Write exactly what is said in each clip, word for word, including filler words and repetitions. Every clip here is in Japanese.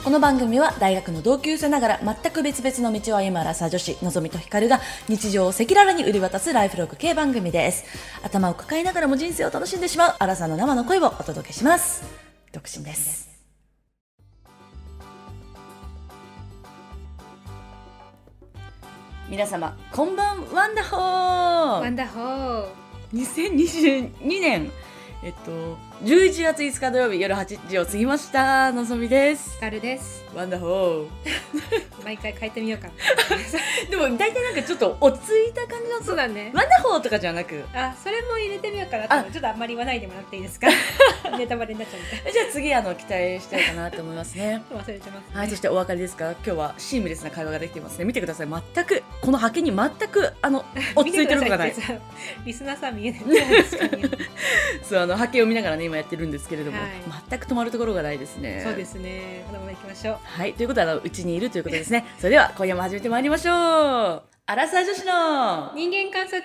この番組は大学の同級生ながら全く別々の道を歩むアラサー女子のぞみとひかるが日常を赤裸々に売り渡すライフログ系番組です。頭を抱えながらも人生を楽しんでしまうアラサーの生の声をお届けします。独身です。皆様こんばんワンダホーワンダホーにせんにじゅうにねんえっとじゅういちがついつか土曜日夜はちじを過ぎました。のぞみです。 ひかるです。 ワンダホー毎回変えてみようかでも大体なんかちょっと落ち着いた感じのそうだね。 ワンダホーとかじゃなく、 あ、それも入れてみようかなと思う。ちょっとあんまり言わないでもらっていいですかネタバレになっちゃうみたい。 じゃあ次あの期待したいかなと思いますね忘れてます、ね、 はい。そしてお分かりですか、今日はシームレスな会話ができていますね。見てください。全くこのハケに全くあの落ち着いてるのがないリスナーさん見えないそう、あのハケを見ながらね今やってるんですけれども、 はい、 全く止まるところがないですね。 そうですね。このまま行きましょう。 はい、ということであのうちにいるということですねそれでは今夜も始めてまいりましょう。アラサー女子の人間観察。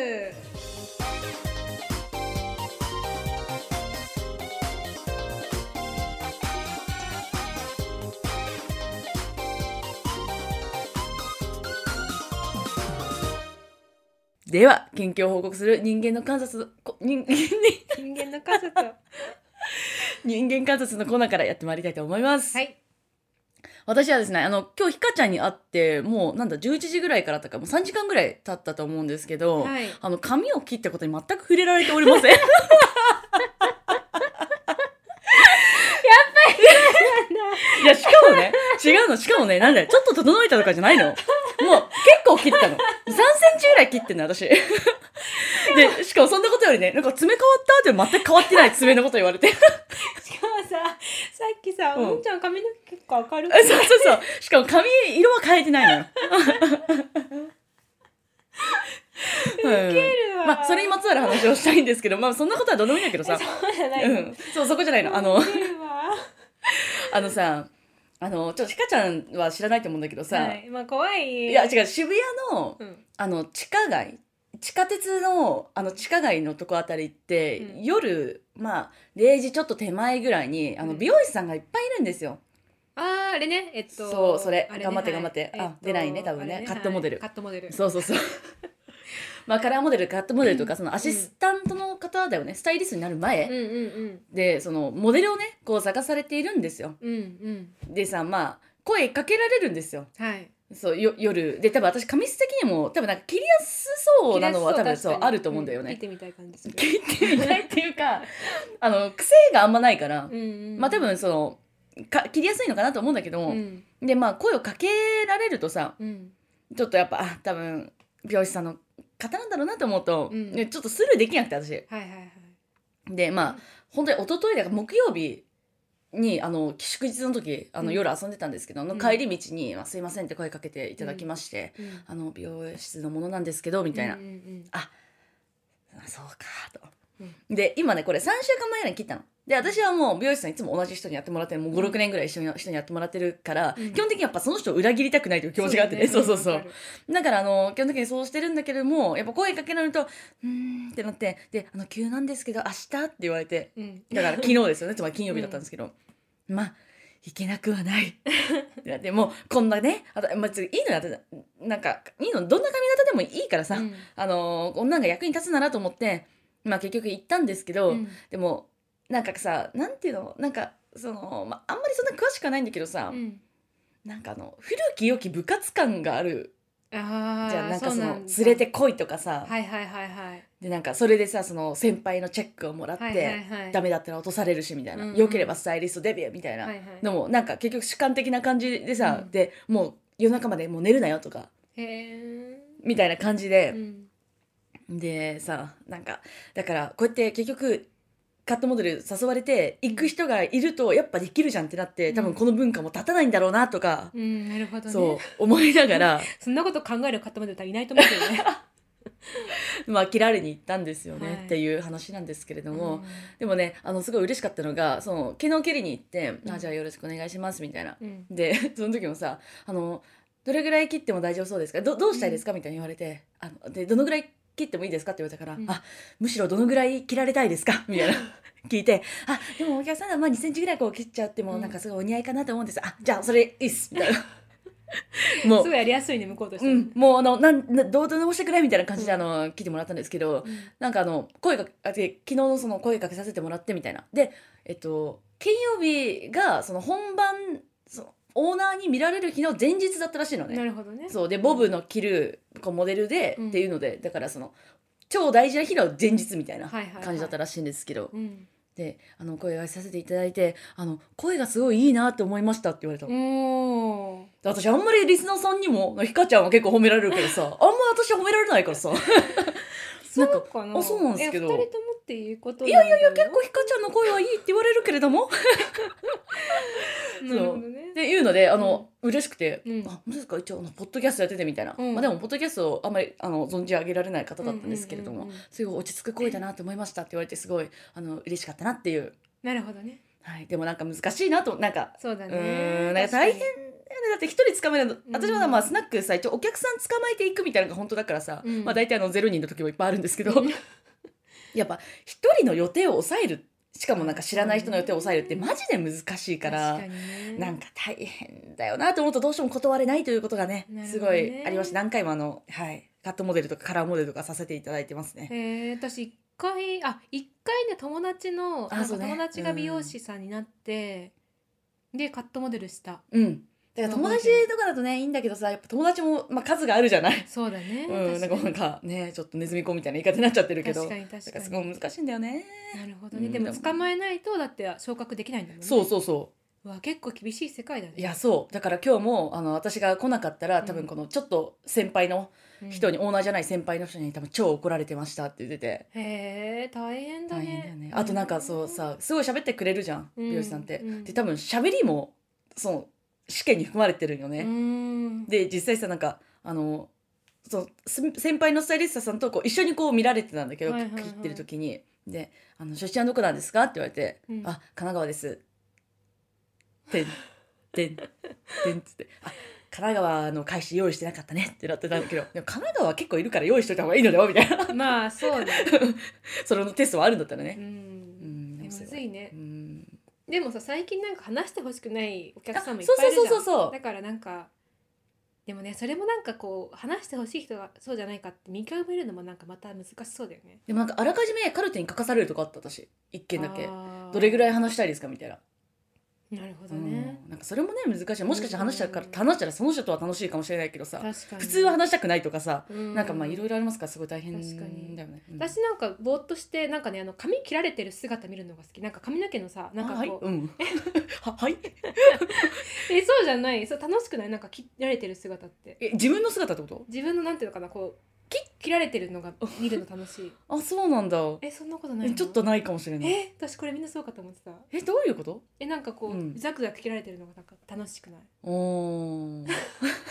では近況を報告する人間の観察人人間の観察人間観察のコーナーからやってまいりたいと思います。 はい。 私はですね、あの今日ひかちゃんに会ってもうなんだじゅういちじぐらいからとかもうさんじかんぐらい経ったと思うんですけど、 はい、あの髪を切ったことに全く触れられておりませんやっぱりいやしかもね違うのしかもねなんだよちょっと整えたとかじゃないの、もう結構切ったのさんセンチぐらい切ってんの私でしかもそんなことよりね、なんか爪変わったって全く変わってない爪のこと言われてしかもさ、さっきさ、 うん、 うんちゃん髪の毛結構明るくてそうそうそうしかも髪色は変えてないのよウケるわ、 うん、まあそれにまつわる話をしたいんですけど、まあそんなことはどうでもいいんだけどさそうじゃないの、 うん、そうそこじゃないの。あのあのさ、あのちょっとひかちゃんは知らないと思うんだけどさ、 はい、まあ怖い。 いや違う、渋谷の、うん、あの地下街地下鉄のあの地下街のとこあたりって、うん、夜まあれいじちょっと手前ぐらいにあの美容師さんがいっぱいいるんですよ。 あー、あれね、えっとそうそれ、 ね、 頑張って頑張って、はい、あ、えっと、出ないね多分ね、カットモデル、 はい、カットモデル、 そうそうそうまあカラーモデルカットモデルとか、そのアシスタントの方だよね、スタイリストになる前、うんうんうん、でそのモデルをねこう探されているんですよ、うんうん、でさ、まあ声かけられるんですよ、はい、そうよ夜で多分私髪質的にも多分なんか切りやすそうなのは多分そうあると思うんだよね、 うん、切ってみたい感じする、 切ってみたいっていうかあの癖があんまないから、うんうん、まあ多分そのか切りやすいのかなと思うんだけど、うん、でまあ声をかけられるとさ、うん、ちょっとやっぱあ多分美容師さんの方なんだろうなと思うと、うん、ちょっとスルーできなくて私、はいはいはい、でまあ本当に一昨日だから木曜日にあの祝日の時あの、うん、夜遊んでたんですけど、あの帰り道に、うん、すいませんって声かけていただきまして、うん、あの美容室のものなんですけどみたいな、うんうんうん、あそうかと、うん、で今ねこれさんしゅうかんまえに切ったので、私はもう美容師さんいつも同じ人にやってもらってもうごろくねんぐらい一緒に人にやってもらってるから、うん、基本的にやっぱその人を裏切りたくないという気持ちがあってね、そうそうそう、だからあの基本的にそうしてるんだけれども、やっぱ声かけられるとうーんってなって、であの急なんですけど明日って言われて、うん、だから昨日ですよねつまり金曜日だったんですけど、うん、まあいけなくはないってなって、もうこんなねあと、まあ、いいのよ、なんかいいのどんな髪型でもいいからさ、うん、あのこんなんが役に立つならと思ってまあ結局行ったんですけど、うん、でもなんかさ、なんていうの、なんかその、まあ、あんまりそんな詳しくはないんだけどさ、うん、なんかあの古き良き部活感がある、あじゃあなんかその連れてこいとかさ、はいはいはいはい、でなんかそれでさその先輩のチェックをもらって、はいはいはい、ダメだったら落とされるしみたいな、うんうん、良ければスタイリストデビューみたいなのも、はいはい、なんか結局主観的な感じでさ、うん、でもう夜中までもう寝るなよとかへみたいな感じで、うん、でさなんかだからこうやって結局カットモデル誘われて行く人がいるとやっぱできるじゃんってなって、多分この文化も立たないんだろうなとか、うん、なるほどね、そう思いながらそんなこと考えるカットモデルはいないと思うけどねまあ切られに行ったんですよね、はい、っていう話なんですけれども、うん、でもねあのすごい嬉しかったのがその昨日切りに行って、うん、あじゃあよろしくお願いしますみたいな、うん、でその時もさあのどれぐらい切っても大丈夫そうですか ど, どうしたいですかみたいに言われて、あのでどのぐらい切ってもいいですかって言われたから、 うん、 あむしろどのぐらい切られたいですかみたいな聞いて、あでもお客さんはまあにセンチぐらいこう切っちゃってもなんかすごいお似合いかなと思うんです、うん、あじゃあそれいいっすみたいなもうすごいやりやすいね向こうとして、ね、 うん、もうあのなんなどうでもしてくれみたいな感じで、うん、あの聞いてもらったんですけど、うん、なんかあの声があ昨日のその声かけさせてもらってみたいなで、えっと、金曜日がその本番そのオーナーに見られる日の前日だったらしいのね。 なるほどね。 そうでボブの着るこうモデルで、うん、っていうのでだからその超大事な日の前日みたいな感じだったらしいんですけど、はいはいはい、うんであの声をさせていただいてあの声がすごいいいなって思いましたって言われたの。私あんまりリスナーさんにもひかちゃんは結構褒められるけどさあんま私は褒められないからさそうかな。 あそうなんですけどふたりともっていうこといやいやいや結構ひかちゃんの声はいいって言われるけれどもなるほどね。 っていうのであの、うん、嬉しくて、 うん、 あ本当ですか一応ポッドキャストやっててみたいな、うんまあ、でもポッドキャストをあんまりあの存じ上げられない方だったんですけれども、うんうんうんうん、すごい落ち着く声だなと思いましたって言われてすごいあの嬉しかったなっていう。 なるほどね。 はい、でもなんか難しいなとなんかそうだねうんなんか大変だって一人捕まえるの、うん、私はまあスナックさ一応お客さん捕まえていくみたいなのが本当だからさ、うんまあ、大体あのゼロにんの時もいっぱいあるんですけど、うん、やっぱ一人の予定を抑えるしかもなんか知らない人の予定を抑えるってマジで難しいから、 確かにね、 なんか大変だよなと思うとどうしても断れないということが ね, ねすごいありまして何回もあの、はい、カットモデルとかカラーモデルとかさせていただいてますね。 へー私一回あ一回ね友達のなんか友達が美容師さんになって、うん、でカットモデルした。 うんだから友達とかだとねいいんだけどさやっぱ友達も、まあ、数があるじゃない。 そうだね、 うん、なんかなんかねちょっとネズミ子みたいな言い方になっちゃってるけど確かに確かにだからすごい難しいんだよね。 なるほどね、うん、でも捕まえないとだって昇格できないんだもんね。 そうそうそううわ結構厳しい世界だね。 いやそうだから今日もあの私が来なかったら多分このちょっと先輩の人に、うん、オーナーじゃない先輩の人に多分超怒られてましたって言ってて。 へえ大変だね。 大変だよね。あとなんかそうさすごい喋ってくれるじゃん、 うん、 美容師さんって、 うん、 で多分喋りもその試験に含まれてるよね、 うん、 で実際さなんかあのその先輩のスタイリストさんとこう一緒にこう見られてたんだけど、はいはいはい、切ってる時にであの出身はどこなんですかって言われて、うん、あ神奈川ですてんてんてんつってあ神奈川の会社用意してなかったねってなってたんだけどでも神奈川結構いるから用意しといた方がいいのではみたいなまあそうねそのテストはあるんだったらね。 うん、うん、でもむずいね。 うんでもさ最近なんか話してほしくないお客さんもいっぱいいるじゃん。 そうそうそうそうだからなんかでもねそれもなんかこう話してほしい人がそうじゃないかって見極めるのもなんかまた難しそうだよね。 でもなんかあらかじめカルテに書かされるとかあった私一件だけどれぐらい話したいですかみたいな。 なるほどね、 うん、なんかそれもね難しい。もしかしたら話したから話したらその人とは楽しいかもしれないけどさ確かに普通は話したくないとかさ、うん、なんかまあいろいろありますからすごい大変だよね、 うん、私なんかぼーっとしてなんかねあの髪切られてる姿見るのが好き。なんか髪の毛のさなんかこうはい、 うん、は, はいえそうじゃないそう楽しくないなんか切られてる姿ってえ自分の姿ってこと？ 自分のなんていうのかなこう切られてるのが見るの楽しいあそうなんだ。 えそんなことないの？ ちょっとないかもしれない。 え私これみんなそうかと思ってた。 えどういうこと？ えなんかこう、うん、ザクザク切られてるのがなんか楽しくない？ おー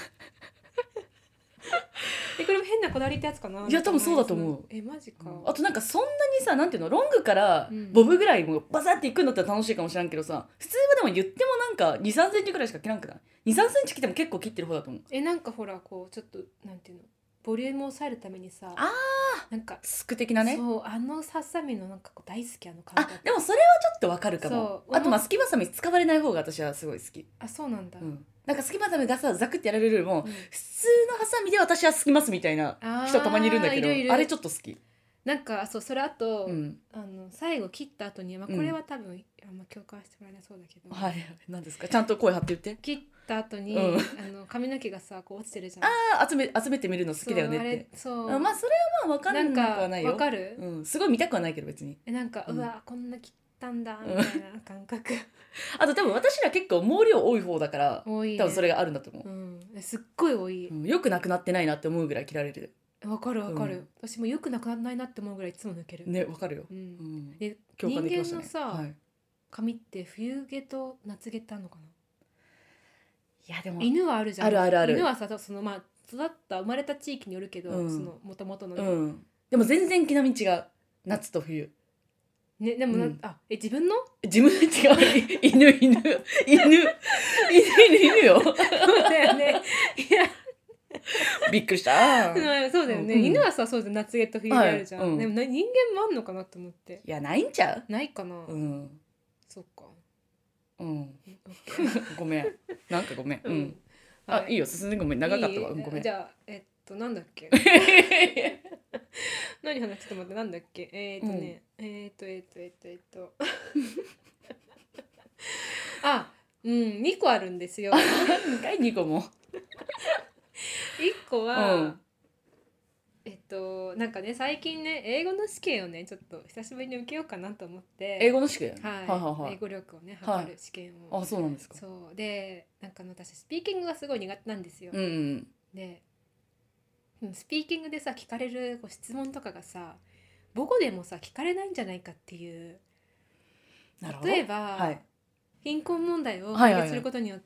えこれも変なこだわりってやつかな？ いや多分そうだと思う。 えマジか、 うん、あとなんかそんなにさなんていうのロングからボブぐらいもバサっていくんだったら楽しいかもしれんけどさ普通はでも言ってもなんか にさんセンチぐらいしか切らんくない？ にさんセンチ切っても結構切ってる方だと思う。 えなんかほらこうちょっとなんていうのボリュームを抑えるためにさあなんかスク的なね。 そうあのハサミのなんかこう大好きあの感覚。 あでもそれはちょっとわかるかも。あとまあすきばさみ使われない方が私はすごい好き。 あそうなんだ、 うん、なんかすきばさみがさザクってやられるよりも、うん、普通のハサミで私はすきますみたいな人たまにいるんだけど あ, いるいるあれちょっと好き。 なんかそうそれあと、うん、あの最後切った後に、まあ、これは多分、うん、あんま共感してもらえなそうだけど、 はい何ですかちゃんと声張って言って。 切った後に、うん、あの髪の毛がさこう落ちてるじゃん。 ああ集め集めてみるの好きだよねって。 そうあまあそれはまあ分かんなくはないよ。 分かる、 うん、すごい見たくはないけど別にえなんか、うん、うわこんな切ったんだみたいな感覚あと多分私ら結構毛量多い方だから多い、ね、 多分それがあるんだと思う、 うん、すっごい多い、 うん、よくなくなってないなって思うぐらい切られる。 わかるわかる、うん、私もよくなくならないなって思うぐらいいつも抜けるねわかるよ、 うんうん、 で共感できましたね。 人間のさ、 はい、 髪って冬毛と夏毛ってあるのかな。 いやでも犬はあるじゃん。 あるあるある。 犬はさそのまあ育った生まれた地域によるけど、うん、その元々の、ねうん、でも全然毛並み違う夏と冬ね。でもな、うん、あえ自分の自分で違う犬犬犬犬犬犬よそうだよね。いやびっくりした。 そうだよね、うん、犬はさそうじゃ夏毛と冬毛あるじゃん、はいうん、でも人間もあんのかなと思って。 いやないんちゃうないかな、 うん、 そっかうんごめんなんかごめん、うん、あ、いいよ進んでごめん長かったわ、ごめん。 じゃあえっとなんだっけ何話ちょっと待ってなんだっけえー、っとね、うん、えー、っとえー、っとえー、っとえー、っとあうんにこあるんですよ。 にこもいっこは、うん、えっとなんかね最近ね英語の試験をねちょっと久しぶりに受けようかなと思って。 英語の試験、 はい、はいはいはい、英語力をね測る試験を、 はい、あそうなんですか。 そうでなんか私スピーキングがすごい苦手なんですよ、 うんうん、 でスピーキングでさ聞かれるこう質問とかがさ母語でもさ聞かれないんじゃないかっていう。例えば、はい、貧困問題を解決することによって、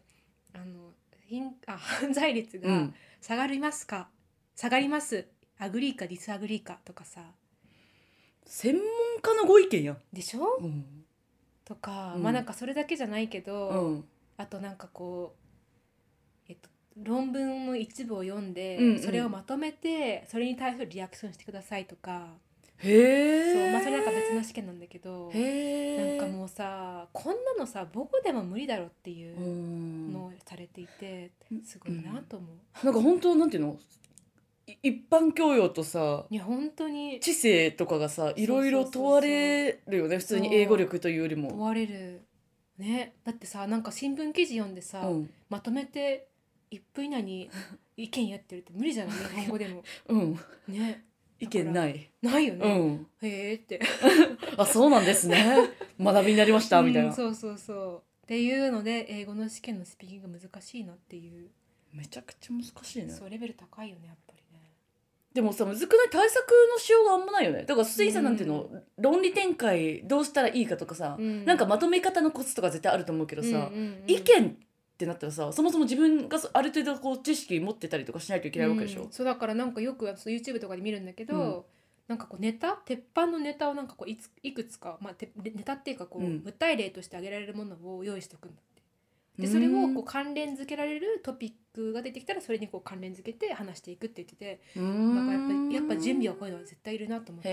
はいはいはい、あの貧あ犯罪率が下がりますか、うん、下がりますアグリーかディスアグリーかとかさ専門家のご意見やでしょ、 うん、 とか、うん、まあなんかそれだけじゃないけど、うん、あとなんかこうえっと論文の一部を読んで、うんうん、それをまとめてそれに対するリアクションしてくださいとか。 へそう、まあそれなんか別の試験なんだけど、へなんかもうさこんなのさ母語でも無理だろっていうのをされていてすごいなと思う、 うん、なんか本当なんていうの一般教養とさいや本当に知性とかがさいろいろ問われるよね。普通に英語力というよりも問われるね。だってさなんか新聞記事読んでさ、うん、まとめていっぷん以内に意見やってるって無理じゃない日本語でもうんね意見ないないよね、 うん、 へーってあそうなんですね学びになりましたみたいな、 うん、そうそうそうっていうので英語の試験のスピーキングが難しいなっていう。 めちゃくちゃ難しいね。 そうレベル高いよねやっぱりね。 でもさむずくない対策のしようがあんまないよね。だから普通にさ、うん、なんていうの論理展開どうしたらいいかとかさ、うん、なんかまとめ方のコツとか絶対あると思うけどさ、うんうんうん、意見ってなったらさそもそも自分がある程度こう知識持ってたりとかしないといけないわけでしょ、うん、 そうだからなんかよく YouTube とかで見るんだけど、うん、なんかこうネタ鉄板のネタをなんかこう い, ついくつか、まあ、ネタっていうかこう、うん、具体例として挙げられるものを用意しておくんだって。でそれをこう関連付けられるトピックが出てきたらそれにこう関連付けて話していくって言ってて、だからやっぱりやっぱ準備はこういうのは絶対いるなと思って。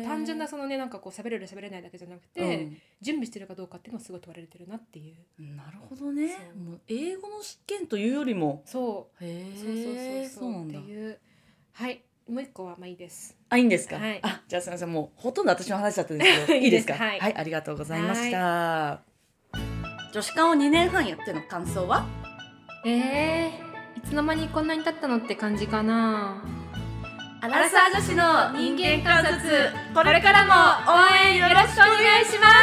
単純なそのねなんかこう喋れる喋れないだけじゃなくて、うん、準備してるかどうかっていうのはすごい問われてるなっていう。 なるほどね。もう英語の試験というよりもそうへそうそうそうそうっていうはいもう一個はまあいいです。 あいいんですか、 はい、 あじゃあすみませんもうほとんど私の話だったんですけどいいですかはい、はい、ありがとうございました。女子館をにねんはんやっての感想はえー、いつの間にこんなに経ったのって感じかな。 アラサー女子の人間観察これからも応援よろしくお願いします。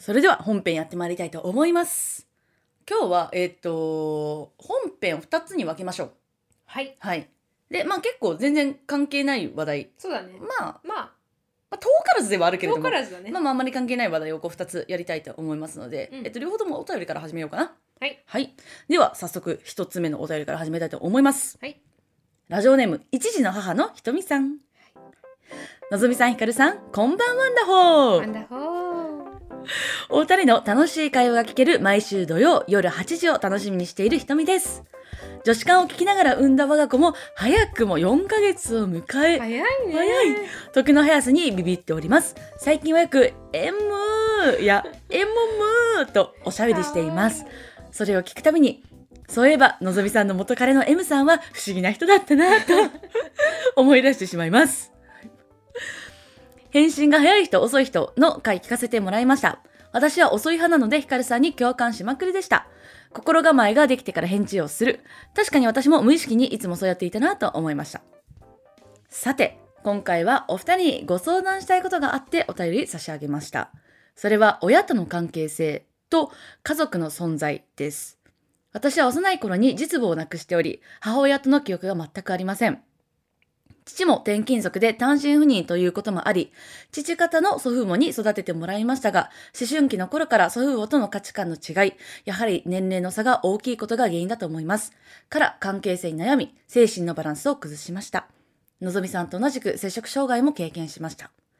それでは本編やってまいりたいと思います。今日はえっと本編をふたつに分けましょう。 はいはいでまあ結構全然関係ない話題。 そうだね。 まあまあまあ、遠からずではあるけれども、 遠からずだね。 まあ、まああんまり関係ない話題をこうふたつやりたいと思いますので、うんえっと、両方ともお便りから始めようかな。 はい、 はい、では早速ひとつめのお便りから始めたいと思います。 はい、 ラジオネーム一児の母のひとみさん、はい、のぞみさんひかるさんこんばんワンダホー。 ワンダホー。 お二人の楽しい会話が聞ける毎週土曜夜はちじを楽しみにしているひとみです。女子館を聞きながら産んだ我が子も早くもよんかげつを迎え、 早いね。 早い時の速さにビビっております。最近はよくエムーやエムムーとおしゃべりしています。それを聞くたびにそういえばのぞみさんの元彼の M さんは不思議な人だったなと思い出してしまいます。返信が早い人遅い人の回聞かせてもらいました。私は遅い派なのでヒカルさんに共感しまくりでした。心構えができてから返事をする。確かに私も無意識にいつもそうやっていたなと思いました。さて今回はお二人にご相談したいことがあってお便り差し上げました。それは親との関係性と家族の存在です。私は幼い頃に実母を亡くしており、母親との記憶が全くありません。父も転勤族で単身赴任ということもあり、父方の祖父母に育ててもらいましたが、思春期の頃から祖父母との価値観の違い、やはり年齢の差が大きいことが原因だと思います。から関係性に悩み、精神のバランスを崩しました。のぞみさんと同じく摂食障害も経験しました。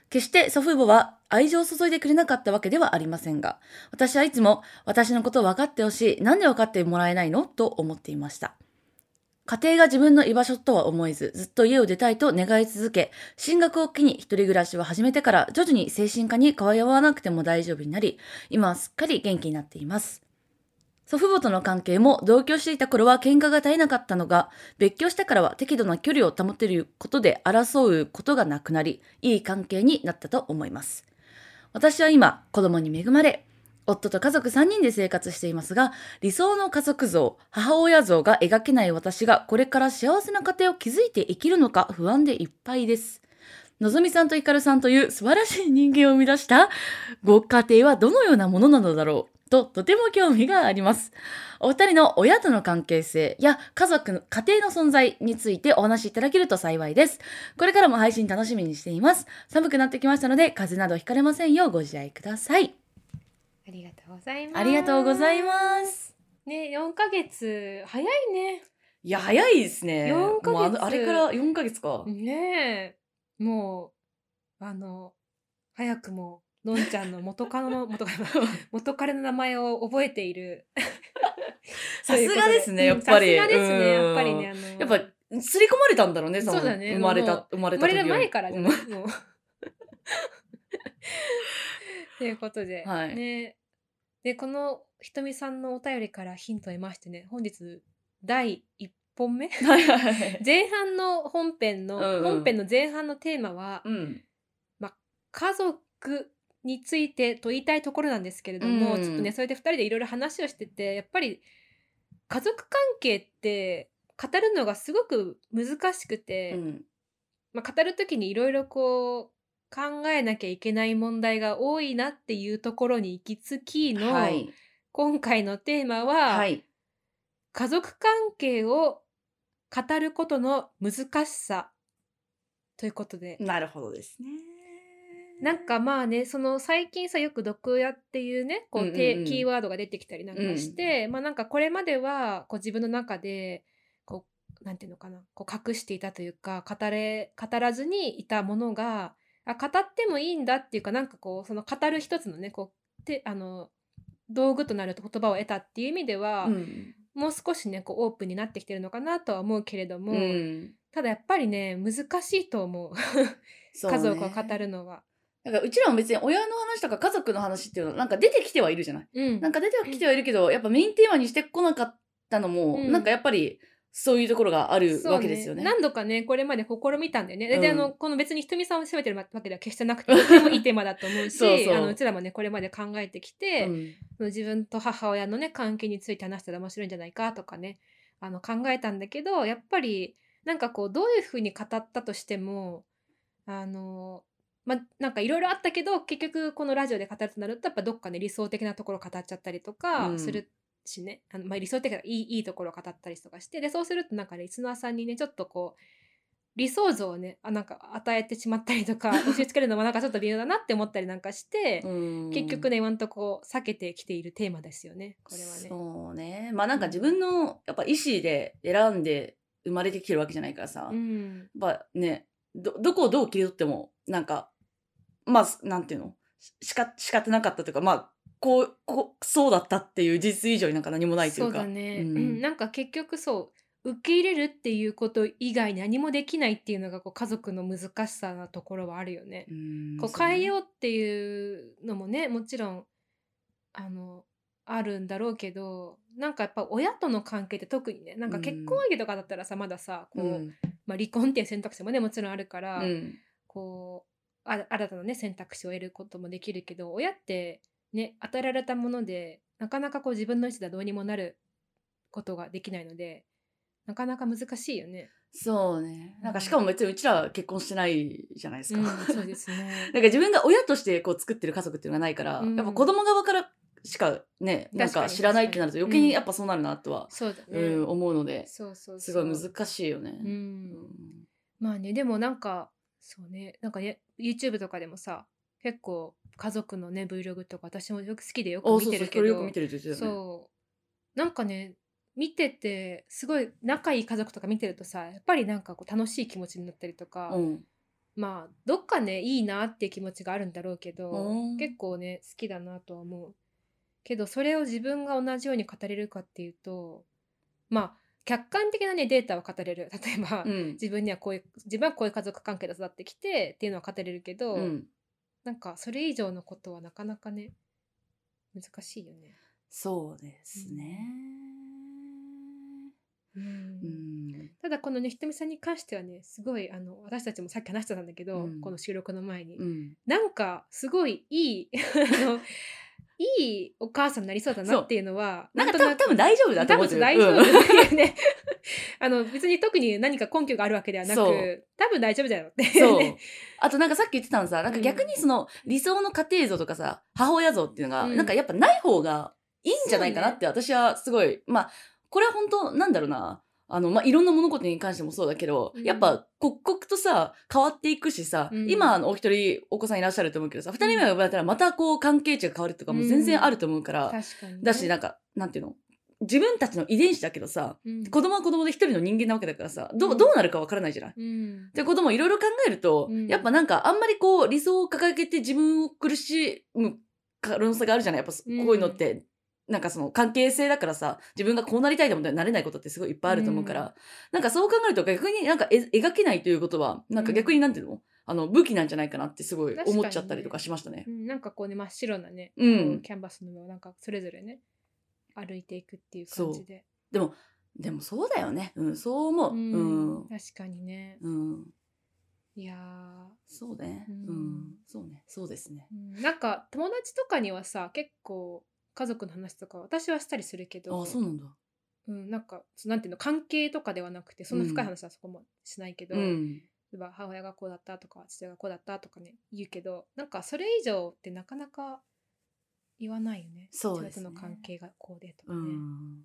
決して祖父母は愛情を注いでくれなかったわけではありませんが、私はいつも私のことを分かってほしい、なんで分かってもらえないのと思っていました。家庭が自分の居場所とは思えず、ずっと家を出たいと願い続け、進学を機に一人暮らしを始めてから徐々に精神科に通わなくても大丈夫になり、今はすっかり元気になっています。祖父母との関係も同居していた頃は喧嘩が絶えなかったのが、別居してからは適度な距離を保てることで争うことがなくなり、いい関係になったと思います。私は今、子供に恵まれ、夫と家族さんにんで生活していますが、理想の家族像、母親像が描けない私がこれから幸せな家庭を築いて生きるのか不安でいっぱいです。のぞみさんとひかるさんという素晴らしい人間を生み出したご家庭はどのようなものなのだろうととても興味があります。お二人の親との関係性や家族の家庭の存在についてお話しいただけると幸いです。これからも配信楽しみにしています。寒くなってきましたので風邪などひかれませんようご自愛ください。 ありがとうございます。 ありがとうございます。 ね、よんかげつ早いね。 いや早いですね。 よんかげつもうあのあれからよんかげつか。 ねえ、もうあの早くものんちゃんの元カノの元カノ元彼の名前を覚えている。 さすがですね、やっぱり。 さすがですね、やっぱりね。あのやっぱ刷り込まれたんだろうね、そのそうだね、 生まれた生まれた時生まれる前からじゃない。もうということで、 はい、 ね。でこのひとみさんのお便りからヒントを得ましてね、本日だいいっぽんめ前半の本編の、うんうん、本編の前半のテーマは、うん、まあ家族について問いたいところなんですけれども、うん、ちょっとねそれでふたりでいろいろ話をしてて、やっぱり家族関係って語るのがすごく難しくて、うん、まあ、語る時にいろいろこう考えなきゃいけない問題が多いなっていうところに行き着きの、はい、今回のテーマは、はい、家族関係を語ることの難しさということで。 なるほどですね。 なんかまあね、その最近さよく毒親っていうねこう、うんうんうん、キーワードが出てきたりなんかして、うん、まあなんかこれまではこう自分の中でこうなんていうのかな、こう隠していたというか語れ語らずにいたものが、あ語ってもいいんだっていうか、なんかこうその語る一つのねこうてあの道具となる言葉を得たっていう意味では、うん、もう少しねこうオープンになってきてるのかなとは思うけれども、うん、ただやっぱりね難しいと思う家族を語るのは。 なんかうちらも別に親の話とか家族の話っていうのはなんか出てきてはいるじゃない、うん、なんか出てきてはいるけど、やっぱメインテーマにしてこなかったのも、うん、なんかやっぱりそういうところがあるわけですよね。 ね、何度かねこれまで試みたんだよね、うん、であのこの別にひとみさんを責めてるわけでは決してなくてとてもいいテーマだと思うしそうそう、あのうちらもねこれまで考えてきて、うん、自分と母親のね関係について話したら面白いんじゃないかとかねあの考えたんだけど、やっぱりなんかこうどういうふうに語ったとしてもあのまあ、なんかいろいろあったけど結局このラジオで語るとなるとやっぱどっかね理想的なところを語っちゃったりとかするしね、うん、あのまあ、理想的ないい、いいところを語ったりとかして、でそうするとなんかねリスナーさんにねちょっとこう理想像をねあなんか与えてしまったりとか押し付けるのもなんかちょっと微妙だなって思ったりなんかして結局ね今んとこ避けてきているテーマですよね、これはね。 そうね、まあなんか自分のやっぱ意思で選んで生まれてきてるわけじゃないからさ、うん、やっぱね ど, どこをどう切り取ってもなんかまあ、なんていうのしか仕方なかったというか、まあ、こう、こう、そうだったっていう事実以上になんか何もないというか。 そうだね。うん、なんか結局そう、受け入れるっていうこと以外に何もできないっていうのがこう家族の難しさなところはあるよね。うんこう変えようっていうのもね、もちろん、あの、あるんだろうけど、なんかやっぱ親との関係って特にね、なんか結婚相手とかだったらさ、まださ、こう、うんまあ、離婚っていう選択肢もね、もちろんあるから、うん、こう、新たなね選択肢を得ることもできるけど、親ってね与えられたものでなかなかこう自分の意思ではどうにもなることができないのでなかなか難しいよね。 そうね、なんかしかも別にうちらは結婚してないじゃないですか、うん、 そうですねなんか自分が親としてこう作ってる家族っていうのがないから、うん、やっぱ子供側からしかねなんか知らないってなると余計にやっぱそうなるなとは、うんうん、思うので、そうそうそうすごい難しいよね、うんうん、 まあねでもなんかそうねなんかね YouTube とかでもさ結構家族のね Vlog とか私もよく好きでよく見てるけど、 そうそうそれよく見てるって言ってたよね。 そうなんかね見ててすごい仲いい家族とか見てるとさやっぱりなんかこう楽しい気持ちになったりとか、うん、 まあどっかねいいなっていう気持ちがあるんだろうけど、 うん結構ね好きだなとは思うけど、それを自分が同じように語れるかっていうと、まあ客観的なねデータは語れる。例えば、 うん、 自分にはこういう自分はこういう家族関係で育ってきてっていうのは語れるけど、 うん、 なんかそれ以上のことはなかなかね難しいよね。 そうですね、 うんうん、 ただこのねひとみさんに関してはねすごいあの私たちもさっき話してたんだけど、 うんこの収録の前に、 うん、 なんかすごいいいあのいいお母さんになりそうだなっていうのはなんかとなく多分大丈夫だと思う多分大丈夫っていうねあの別に特に何か根拠があるわけではなそうく多分大丈夫だよっていうそうね。 あとなんかさっき言ってたのさ、なんか逆にその理想の家庭像とかさ、母親像っていうのが、 うんなんかやっぱない方がいいんじゃないかなって私はすごい、まあ、これは本当なんだろうな、あの、まあ、いろんな物事に関してもそうだけど、 うんやっぱ刻々とさ、変わっていくしさ、 うん今あのお一人お子さんいらっしゃると思うけどさ、二人目が生まれたらまたこう関係値が変わるとかも全然あると思うから、 確かにね、 だしなんか、なんていうの自分たちの遺伝子だけどさ、 うん子供は子供で一人の人間なわけだからさ、どううんどうなるかわからないじゃない、 うんってこともいろいろ考えると、 うんやっぱなんかあんまりこう理想を掲げて自分を苦しむ可能性があるじゃないやっぱこういうのって、なんかその関係性だからさ、自分がこうなりたいと思ってなれないことってすごいいっぱいあると思うから、 うんなんかそう考えると逆になんかえ描けないということは、なんか逆になんていうの、あの武器なんじゃないかなってすごい思っちゃったりとかしましたね。 うん、なんかこうね真っ白なね、 うんこうキャンバスの上をなんかそれぞれね歩いていくっていう感じで。 でも、でもそうだよね。うん、そう思う。 ううんん。 確かにね。 うん。 いやーそうね。 ううんん。そうね。そうですね。 うんなんか友達とかにはさ結構家族の話とか私はしたりするけど、 ああ、そうなんだ。 うん、なんかそなんていうの関係とかではなくてそんな深い話はそこもしないけど、 うん。 例えば母親がこうだったとか父親がこうだったとかね言うけど、なんかそれ以上ってなかなか言わないよね。 そうですね。 父親との関係がこうでとかね。 うん。 うん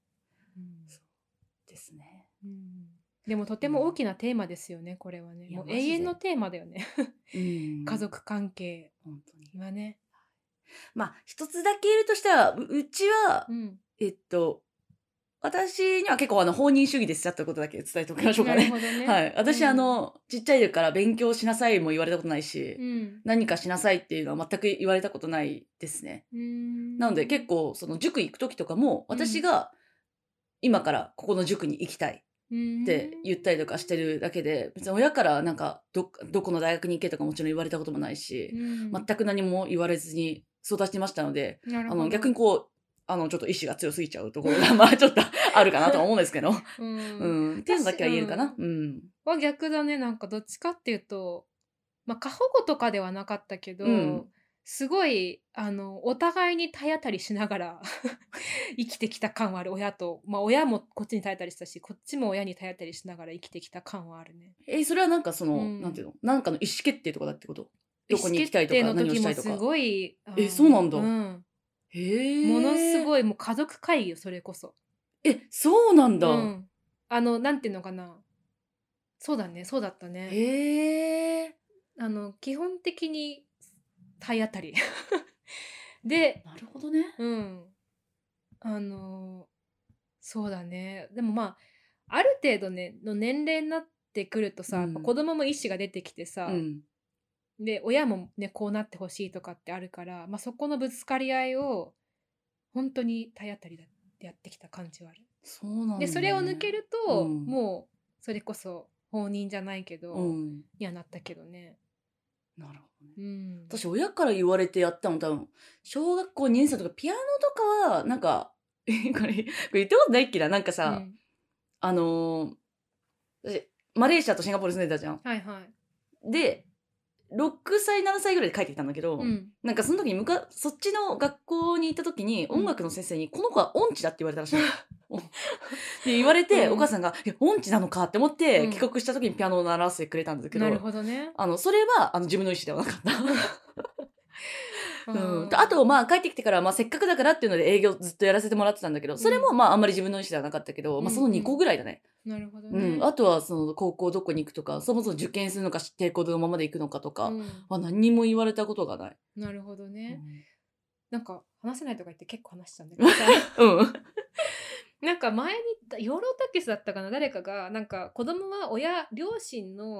そうですね。 うんでもとても大きなテーマですよね、これはね。 いやもう永遠のテーマだよね。 うん。 家族関係本当に。 はね。 まあ、一つだけ言えるとしたら、ううちは、 うん。 えっと、私には結構あの、放任主義でしちゃったことだけ伝えておきましょうかね。 なるほどね。 はい。私、 うんあの、ちっちゃい時から勉強しなさいも言われたことないし、 うん。 何かしなさいっていうのは全く言われたことないですね。 うんなので結構その塾行く時とかも私が今からここの塾に行きたいって言ったりとかしてるだけで、別に親からなんか ど, どこの大学に行けとかもちろん言われたこともないし、 うん全く何も言われずに育ちましたので、 なるほどあの逆にこうあのちょっと意志が強すぎちゃうところがまあちょっとあるかなとは思うんですけど、 うんうん、っていうのだけは言えるかな。うんは逆だね。なんかどっちかっていうと、まあ過保護とかではなかったけど、 うんすごいあのお互いに体当たりしながら生きてきた感はある。親と、まあ親もこっちに体当たりしたし、こっちも親に体当たりしながら生きてきた感はあるね。 えーそれはなんかその、 うんなんていうのなんかの意思決定とかだってこと？どこに行きたいとか意思決定の時も何をしたいとか。 すごいあのえそうなんだうんへえ。 ものすい。 ごいもう家族会議よそれこそ。 え、そうなんだ。 うん、あのなんていうのかな、そうだねそうだったね。 へえ。 あの基本的に体当たりで、 なるほどね。 うんあのそうだね。でもまあある程度ねの年齢になってくるとさ、 うんやっぱ子供も意思が出てきてさ、 うん。 で親もねこうなってほしいとかってあるから、まあ、そこのぶつかり合いを本当に体当たりでやってきた感じはある。 そうなんだ、ね。 でそれを抜けると、 うんもうそれこそ放任じゃないけど、 うん。 にはなったけどね。 なるほどね。 うん私、親から言われてやったの多分、小学校にねん生とかピアノとかは、なんか、これ、これ言ったことないっけななんかさ、 うんあのー私マレーシアとシンガポール住んでたじゃん。 はいはいで、ろくさい、ななさいぐらいで帰ってきたんだけど、 うんなんかその時にむか、そっちの学校に行った時に、音楽の先生に、この子は音痴だって言われたらしいの。で言われて、 うんお母さんが、え、音痴なのかって思って、 うん帰国した時にピアノを習わせてくれたんですけど、 なるほどね。 あの、それは、あの、自分の意思ではなかった。うん、 んとあと、まあ、帰ってきてから、まあ、せっかくだからっていうので営業ずっとやらせてもらってたんだけど、それも、まあ、あんまり自分の意思ではなかったけど、 うんまあ、そのにこぐらいだね。 なるほどうね。 ん。あとは、その、高校どこに行くとか、そもそも受験するのか、抵抗のままで行くのかとか、 うんは何にも言われたことがない。 なるほどね。 うんなんか話せないとか言って結構話しちゃうんだけどさうん。 なんか前に養老たけしだったかな誰かがなんか子供は親両親の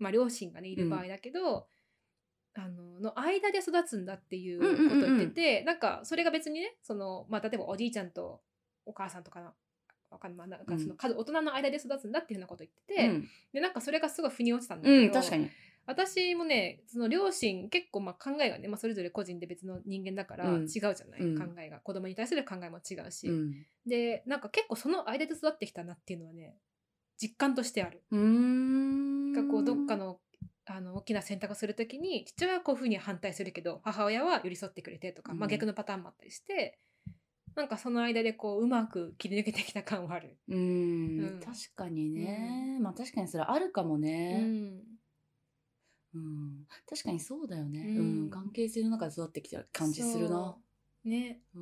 まあ、両親がねいる場合だけど、うん、あのの間で育つんだっていうことを言ってて、うんうんうん、なんかそれが別にねその、まあ、例えばおじいちゃんとお母さんとかのわかんない、なんかその家族、大人の間で育つんだっていうようなことを言ってて、うん、でなんかそれがすごい腑に落ちたんだけど、 うん、確かに私もねその両親結構まあ考えがね、まあ、それぞれ個人で別の人間だから違うじゃない、うん、考えが子供に対する考えも違うし、うん、でなんか結構その間で育ってきたなっていうのはね実感としてある。うーんがこうどっかのあの大きな選択をするときに父親はこういうふうに反対するけど母親は寄り添ってくれてとか、うん、まあ、逆のパターンもあったりして、なんかその間でこううまく切り抜けてきた感はある。 うーん、うん、確かにね、うん、まあ確かにそれあるかもね、うんうん、確かにそうだよね、うんうん、関係性の中で育ってきた感じするな。ね、うん、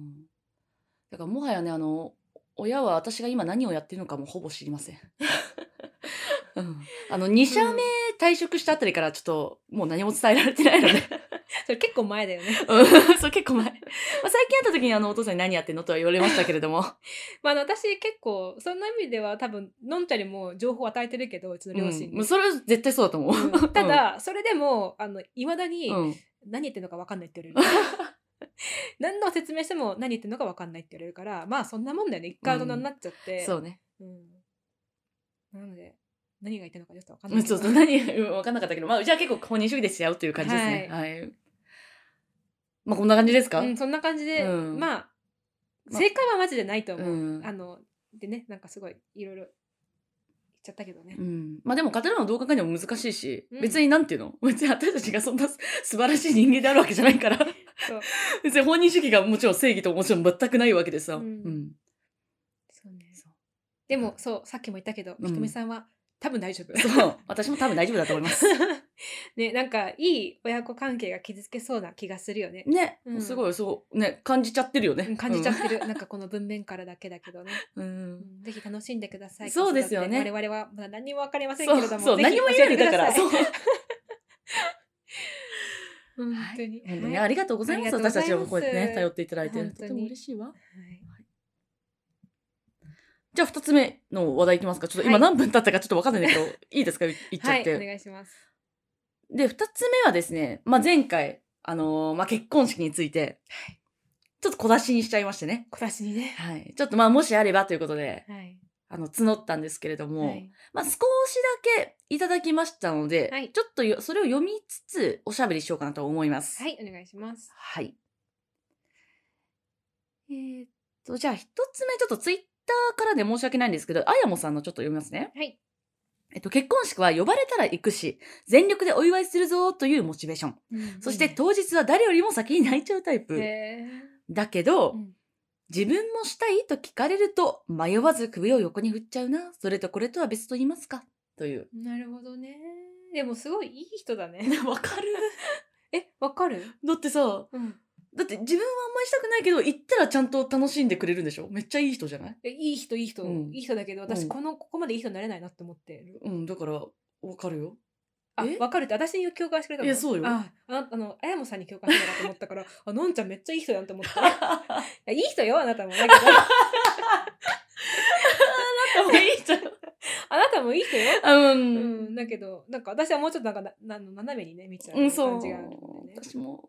だからもはやねあの親は私が今何をやってるのかもほぼ知りません。うん、あのに社目退職したあたりからちょっともう何も伝えられてないのでそれ結構前だよね。 そう結構前、まあ、最近会った時にあのお父さんに何やってんのとは言われましたけれどもまあ私結構そんな意味では多分のんちゃんにも情報を与えてるけどうちの両親に、 うん、それは絶対そうだと思う、うん、 ただそれでもいまだに何言ってんのか分かんないって言われる何度説明しても何言ってんのか分かんないって言われるから、まあそんなもんだよね、一回大人になっちゃって、うん、そうね、うん、なので何が言ってるのかちょっと分かんないけど、 そうそう何分かんなかったけど、まあじゃあ結構本人主義でしちゃうという感じですね。はい。はい、まあこんな感じですか？ うん、そんな感じで、うん、まあ正解はマジでないと思う。うん、あのでねなんかすごいいろいろ言っちゃったけどね。 うん、まあでも語るのはどう考えても難しいし、うん、別になんていうの？別に私たちがそんな素晴らしい人間であるわけじゃないから。そう別に本人主義がもちろん正義ともちろん全くないわけでさ。うん。うん、 そうね。そうでもそうさっきも言ったけど、ひとみさんは多分大丈夫。 そう私も多分大丈夫だと思います。 ね、なんかいい親子関係が築けそうな気がするよね。 ね、うん、すごいそうね感じちゃってるよね。 うん、感じちゃってる、うん、なんかこの文面からだけだけどね。うん、ぜひ楽しんでください。 そうですよね。 我々はまだ何にもわかりませんけれども、 そうそう何も言えないだからそう。 本当に、 はい、本当にありがとうございます。私たちをこうやってね頼っていただいてとても嬉しいわ。はいじゃあふたつめの話題いきますか。ちょっと今何分経ったかちょっと分かんないんだけど、はい、いいですか言っちゃって、 はい、お願いします。 でふたつめはですね、まあ、前回、あのーまあ、結婚式について、はい、ちょっと小出しにしちゃいましてね。 小出しにね。 はい。ちょっとまあもしあればということで、はい、あの募ったんですけれども、はい、まあ少しだけいただきましたので、はい、ちょっとよそれを読みつつおしゃべりしようかなと思います。 はい、お願いします。 はい。えー、っとじゃあ一つ目ちょっとツイッターからで申し訳ないんですけど、あやもさんのちょっと読みますね。はい。えっと、結婚式は呼ばれたら行くし、全力でお祝いするぞというモチベーション。うん、そして当日は誰よりも先に泣いちゃうタイプ。だけど、うん、自分もしたいと聞かれると迷わず首を横に振っちゃうな。それとこれとは別と言いますかという。 なるほどね。でもすごいいい人だね。 わかるえ、わかる？ だってさ、うん、だって自分はあんまりしたくないけど行ったらちゃんと楽しんでくれるんでしょ。めっちゃいい人じゃない？ えいい人いい人、うん、いい人だけど私このここまでいい人になれないなって思ってる。 うん、だからわかるよ。 あ、わかるって私に共感してくれたの？ いやそうよ。 あ、ああのあやもさんに共感してくれたと思ったからあのんちゃんめっちゃいい人やんと思ったいい人よあなたもだけどあなたもいい人よあなたもいい人よ。うん、うん、だけどなんか私はもうちょっとなんかなな斜めにね見ちゃう感じがあるんでね。 うん、私も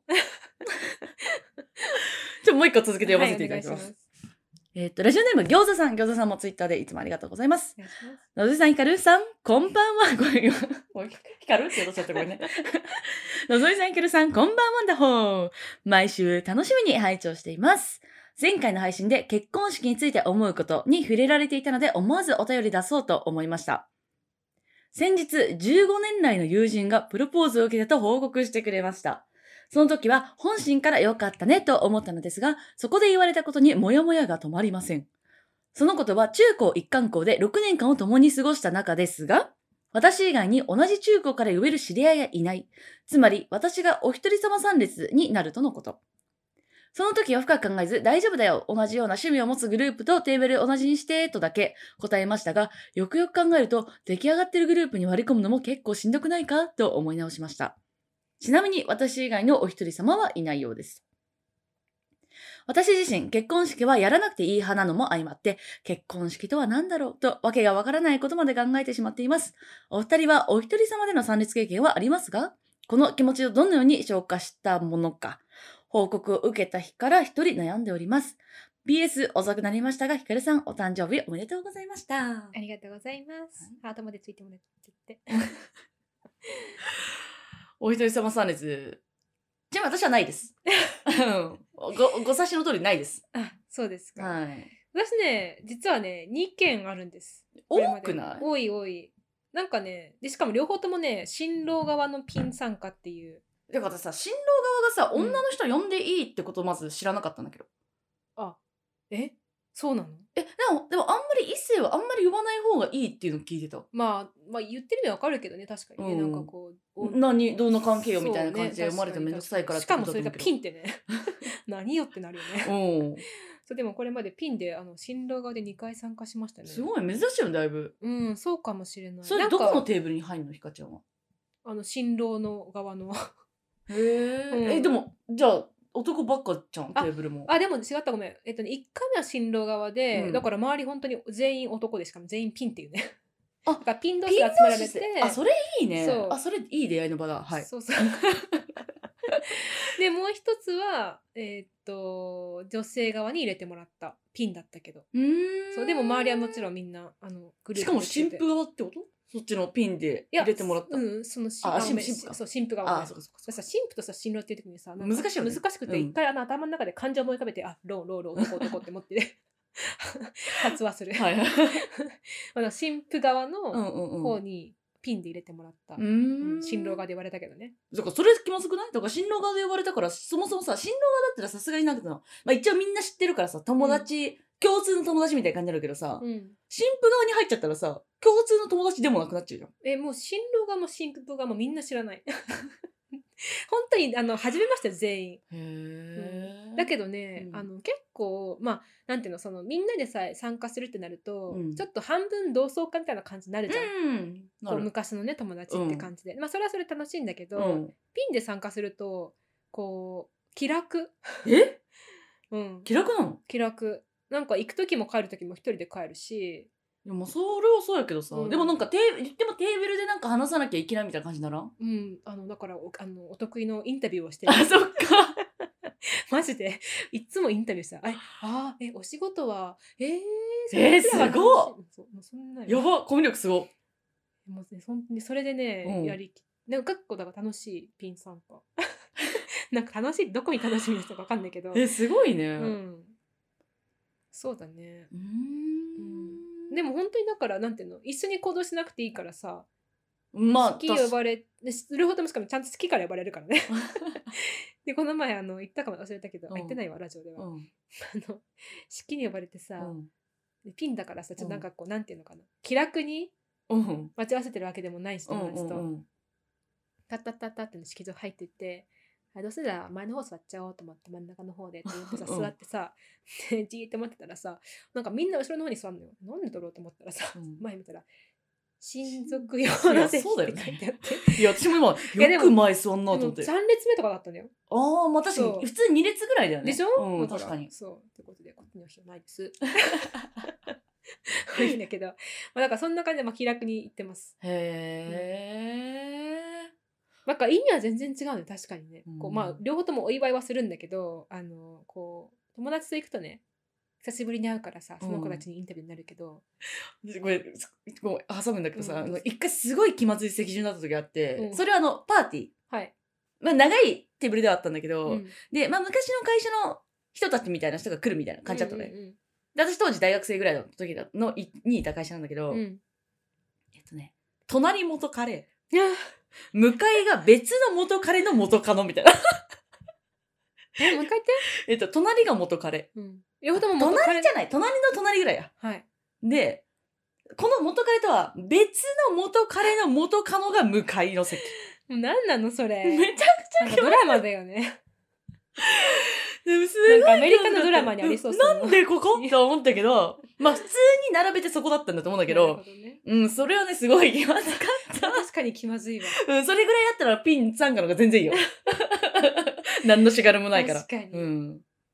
じゃあもう一個続けて読ませていただきます。はい、えっとラジオネーム餃子さん、餃子さんもツイッターでいつもありがとうございます。のぞいさん、ひかるさん、こんばんは。ごめん、ひかるって言うとちゃってごめんね。のぞいさん、ひかるさん、こんばんはだほー。毎週楽しみに拝聴しています。前回の配信で結婚式について思うことに触れられていたので思わずお便り出そうと思いました。先日、じゅうごねん来の友人がプロポーズを受けたと報告してくれました。その時は本心から良かったねと思ったのですが、そこで言われたことにモヤモヤが止まりません。そのことは中高一貫校でろくねんかんを共に過ごした中ですが、私以外に同じ中高から呼べる知り合いがいない。つまり私がお一人様参列になるとのこと。その時は深く考えず、大丈夫だよ。同じような趣味を持つグループとテーブル同じにして、とだけ答えましたが、よくよく考えると、出来上がっているグループに割り込むのも結構しんどくないかと思い直しました。ちなみに私以外のお一人様はいないようです。 私自身、結婚式はやらなくていい派なのも相まって、結婚式とは何だろうと、わけがわからないことまで考えてしまっています。お二人はお一人様での参列経験はありますが、この気持ちをどのように消化したものか、報告を受けた日から一人悩んでおります。ピーエス 遅くなりましたが、ひかるさんお誕生日おめでとうございました。 ありがとうございます。ハートまでついてもらっちゃって。 お一人様参列、ちなみに私はないです。ご、ご察しの通りないです。 あ、そうですか。 はい。 私ね、実はね、にけんあるんです。 多くない？ 多い多い。なんかね、でしかも両方ともね、新郎側のピン参加っていう。 だからさ、新郎側がさ、うん、女の人呼んでいいってことをまず知らなかったんだけど。 あ、えそうなの？ え、でも、でもあんまり異性はあんまり呼ばない方がいいっていうのを聞いてた。 まあ、まあ言ってるのはわかるけどね、確かにね、うん、なんかこう。 何、どんな関係よみたいな感じで生まれてめんどくさいからってことだと思うけど。しかもそれがピンってね。何よってなるよね。うん。そうでもこれまでピンであの新郎側でにかい参加しましたね。 すごい珍しいよね、だいぶ。 うん、そうかもしれない。 それどこのテーブルに入るの、ひかちゃんは。 あの新郎の側の。 へえ、うん。え、でもじゃあ男ばっかじゃん、テーブルも。 あ、でも違ったごめん。えっとね、いっかいめは新郎側で、うん、だから周り本当に全員男でしかも全員ピンっていうね。あ、だからピン同士で集められて。 あ、それいいね。そう。あ、それいい出会いの場だ。はい。そうそう。 でもう一つはえー、っと女性側に入れてもらったピンだったけど、うーん、そうでも周りはもちろんみんなあのグループ。 しかも新婦側ってこと？そっちのピンで入れてもらった。うん、そのあ、新婦か。そう、新婦側。あ、そうかそうか。さ、新婦とさ新郎っていう時にさ、難しいよね。難しくて一回あの頭の中で感情を思い浮かべて、あ、ローローロー男男って思って発話する。はいはい。あの新婦側の方に。ピンで入れてもらった。うん、新郎側で言われたけどね。 だからそれ気まずくない？だから新郎側で呼ばれたから、そもそもさ、新郎側だったらさすがになんかの、まあ一応みんな知ってるからさ、友達、うん、共通の友達みたいな感じになるけどさ、うん、新婦側に入っちゃったらさ、共通の友達でもなくなっちゃうじゃん。 え、もう新郎側も新婦側もみんな知らない。本当にあの初めまして全員。へー、うん、だけどね、うん、あの結構まあなんていうの、そのみんなでさえ参加するってなると、うん、ちょっと半分同窓会みたいな感じになるじゃん、うん、こう昔のね友達って感じで、うん、まあそれはそれ楽しいんだけど、うん、ピンで参加するとこう気楽。 え、うん、気楽なの？ 気楽。なんか行く時も帰る時も一人で帰るし。 いやもうそれはそうやけどさ、うん、でもなんかテー言ってもテーブルでなんか話さなきゃいけないみたいな感じならん？ うん、あのだからおあのお得意のインタビューをしてる。 あ、そっか。 マジでいつもインタビューさ、ああえお仕事はえー、 えー、すごい。そうもうそんなやば、コミュ力すごい。 もうね、そんそれでね、うん、やりきなんか結構だから楽しいピン参加。なんか楽しいどこに楽しみの人か分かんないけど。 えすごいね。 うん。そうだね。うーん。うん、でも本当にだからなんていうの、一緒に行動しなくていいからさ。まあ、好き呼ばれ両方ともしかもちゃんと好きから呼ばれるからね。でこの前あの言ったかも忘れたけど、うん、言ってないわラジオでは、うん、あの好きに呼ばれてさ、うん、ピンだからさちょっとなんかこう、うん、なんていうのかな、気楽に待ち合わせてるわけでもないし、友達と、うんうんうん、タッタッタッタって式場入ってって、あどうせじゃ前の方座っちゃおうと思って真ん中の方でって言ってさ座ってさ、うん、じーって待ってたらさ、なんかみんな後ろの方に座るのよ。なんでだろうと思ったらさ、うん、前見たら親族用の席って書いてあって。 いや、私も今、よく前座んなと思って。 さん列目とかだったのよ。 ああ、まあ確かに、普通に列ぐらいだよね。 でしょ？ うん、確かに。 そう。ってことで、こっちの人ないです。いいんだけど。まあ、だからそんな感じで、まあ、気楽に行ってます。へー。なんか意味は全然違うね、確かにね。うん、こうまあ、両方ともお祝いはするんだけど、あの、こう、友達と行くとね、久しぶりに会うからさ、その子たちにインタビューになるけど、 うん、これこう挟むんだけどさ、うん、一回すごい気まずい席順だった時があって、うん、それはあのパーティー、はい、まあ長いテーブルではあったんだけど、うん、で、まあ、昔の会社の人たちみたいな人が来るみたいな感じだったのよ、うんうんうん、で私当時大学生ぐらいの時のにいた会社なんだけど、うん、えっとね隣元カレー向かいが別の元カレの元カノみたいな。 え、もう一回言って。 えっと、隣が元カレ。うん。両方とも元カレ。隣じゃない。隣の隣ぐらいや。はい。で、この元カレとは別の元カレの元カノが向かいの席。 何なのそれ。 めちゃくちゃなんかドラマだよね。 でもすごいなんかアメリカのドラマにありそう。 なんでここって思ったけど、まあ普通に並べてそこだったんだと思うんだけど、ね、うん、それはね、すごい気まずかった。 確かに気まずいわ。 うん、それぐらいだったらピン参加の方が全然いいよ。何のしがらもないから。 確かに。 うん。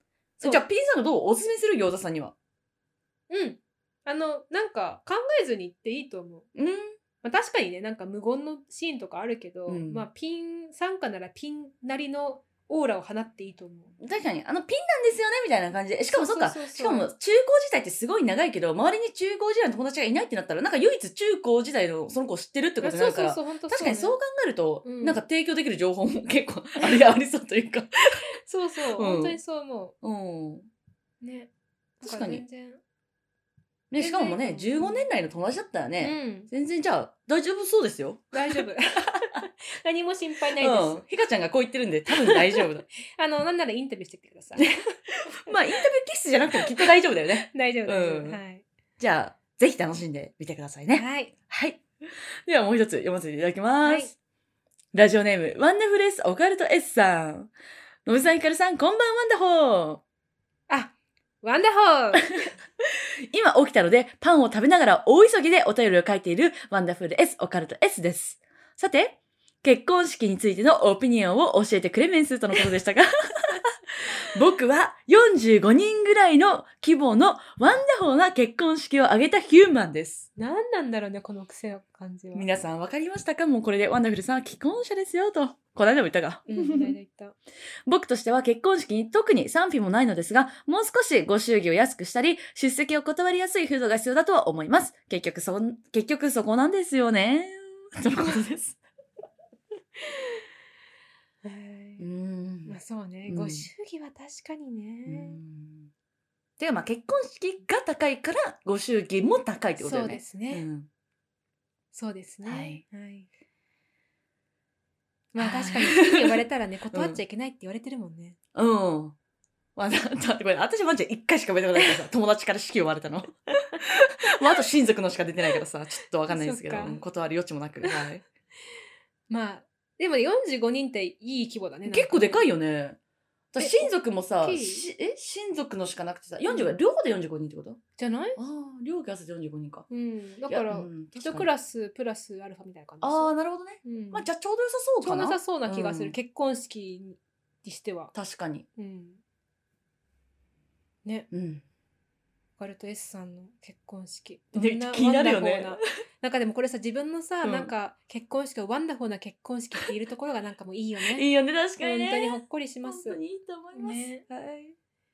じゃあ P さんがどうおすすめする餃子さんには？ うんあのなんか考えずに行っていいと思う。 うん、 まあ、確かにねなんか無言のシーンとかあるけど、 うん、 まあピン参加ならピンなりのオーラを放っていいと思う。 確かにあのピンなんですよねみたいな感じで、しかもそっか、 そうそうそうそうしかも中高時代ってすごい長いけど周りに中高時代の友達がいないってなったらなんか唯一中高時代のその子を知ってるってことになるから、 そうそうそう、 確かにそう考えると、 うん、 なんか提供できる情報も結構ありありそうというかそうそう、うん、本当にそう思う、うん、 ね確かに全然ね、しかもねじゅうごねん来の友達だったらね、うん、全然じゃあ大丈夫そうですよ。 大丈夫何も心配ないです、うん、 ひかちゃんがこう言ってるんで多分大丈夫だあのなんならインタビューしてきてくださいまあインタビューキッスじゃなくてもきっと大丈夫だよね大丈夫大丈夫、 うん、 はい、 じゃあぜひ楽しんでみてくださいね。 はい、はい、 ではもう一つ読ませていただきます、はい、ラジオネームワンダフル S オカルト S さん。のぶさんひかるさんこんばんワンダホー。 あワンダホー今起きたのでパンを食べながら大急ぎでお便りを書いているワンダフル S オカルト S です。さて結婚式についてのオピニオンを教えてクレメンスとのことでしたが僕はよんじゅうごにんぐらいの規模のワンダホーな結婚式を挙げたヒューマンです。 何なんだろうねこの癖の感じは。 皆さん分かりましたか？もうこれでワンダフルさんは既婚者ですよとこの間も言ったが、 うん、この間言った僕としては結婚式に特に賛否もないのですが、もう少しご祝儀を安くしたり出席を断りやすい風土が必要だとは思います。結局そ結局そこなんですよねとのことですうーん、まあそうね、うん、ご祝儀は確かにね。うん、 てかまあ結婚式が高いからご祝儀も高いってことだよね。 そうですね。うん、そうですね。はい。はい、まあ確かに式に呼ばれたらね断っちゃいけないって言われてるもんね。 うん。うん、まあ、だってこれ私マジで一回しか呼ばれたことないからさ、友達から式呼ばれたの。まああと親族のしか出てないからさ、ちょっとわかんないですけど、断る余地もなく。はい。 まあでもよんじゅうごにんっていい規模だね。 結構でかいよね。親族もさ、え親族のしかなくてさ、よんじゅうご、うん、両方でよんじゅうごにんってことじゃない？ ああ、両家合わせてよんじゅうごにんか。 うん。だから、うん、いちクラスプラスアルファみたいな感じ。 ああ、なるほどね。うん、まあじゃあちょうど良さそうかな。 ちょうど良さそうな気がする。うん、結婚式にしては。 確かに。 うん。ね。 うん。 オカルト S さんの結婚式。 ね、気になるよね。 なんかでもこれさ、自分のさ、うん、なんか結婚式をワンダフォーな結婚式って言えるところがなんかもういいよね。 いいよね、確かにね。 本当にほっこりします。 本当にいいと思います。ね、はい。はい。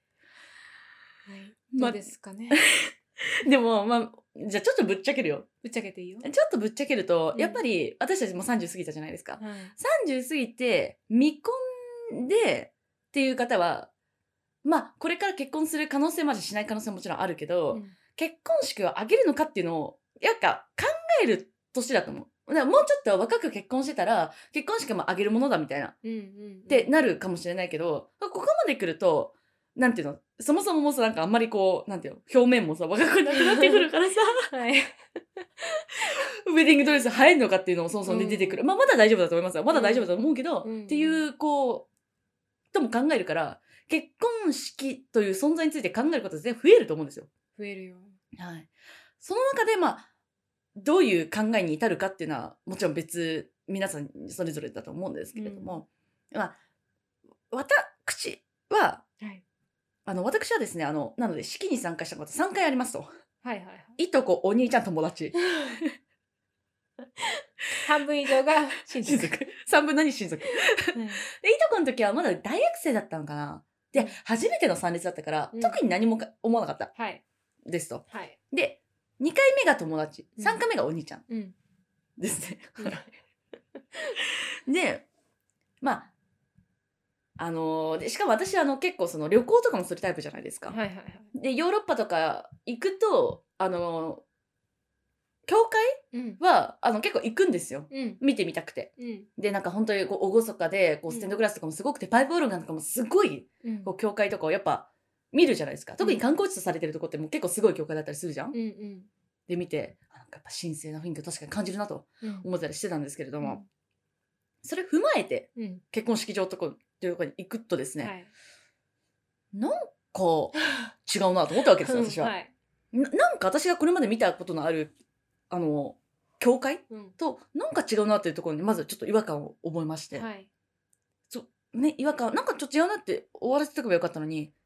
どうですかね。 ま、でも、まあ、じゃあちょっとぶっちゃけるよ。 ぶっちゃけていいよ。 ちょっとぶっちゃけると、うん、やっぱり私たちもさんじゅう過ぎたじゃないですか。はい、さんじゅう過ぎて未婚でっていう方は、まあ、これから結婚する可能性までしない可能性ももちろんあるけど、うん、結婚式を挙げるのかっていうのを、やっぱ考える年だと思う。だからもうちょっと若く結婚してたら、結婚式も挙げるものだみたいな、うんうんうん、ってなるかもしれないけど、ここまで来ると、なんていうの、そもそももさ、なんかあんまりこう、なんていうの、表面もさ、若くなくなってくるからさ、はい、ウェディングドレス入るのかっていうのもそもそも出てくる。うん、まあ、まだ大丈夫だと思いますよ。まだ大丈夫だと思うけど、うん、っていう、こう、とも考えるから、結婚式という存在について考えることは全然増えると思うんですよ。 増えるよ。 はい。その中で、まあ、どういう考えに至るかっていうのは、もちろん別、皆さんそれぞれだと思うんですけれども、うん、まあ、私は、はい、あの、私はですね、あの、なので、式に参加したことさんかいありますと。はいはいはい。いとこ、お兄ちゃん、友達。 半分以上が親族。 親族。さんぶんのに親族。うん、で、いとこの時はまだ大学生だったのかな。で、うん、初めての参列だったから、うん、特に何も思わなかった。はい。ですと。はい。で、にかいめが友達。さんかいめがお兄ちゃん。うん。ですね。うん、で、まあ、あのー、でしかも私あの結構その旅行とかもするタイプじゃないですか。はいはいはい。で、ヨーロッパとか行くと、あのー、教会は、うん、あの結構行くんですよ、うん、見てみたくて、うん、でなんか本当にこう厳かでこうステンドグラスとかもすごくて、うん、パイプオルガンとかもすごい、うん、こう教会とかをやっぱ見るじゃないですか。特に観光地とされてるとこってもう結構すごい教会だったりするじゃん、うんうん、で見てなんかやっぱ神聖な雰囲気を確かに感じるなと思ったりしてたんですけれども、うん、それ踏まえて、うん、結婚式場とかっていうところに行くとですね、はい、なんか違うなと思ったわけですよ私は、はい、な, なんか私がこれまで見たことのあるあの教会、うん、となんか違うなっていうところにまずちょっと違和感を覚えまして、はい、そね、違和感なんかちょっと違うなって終わらせておけばよかったのに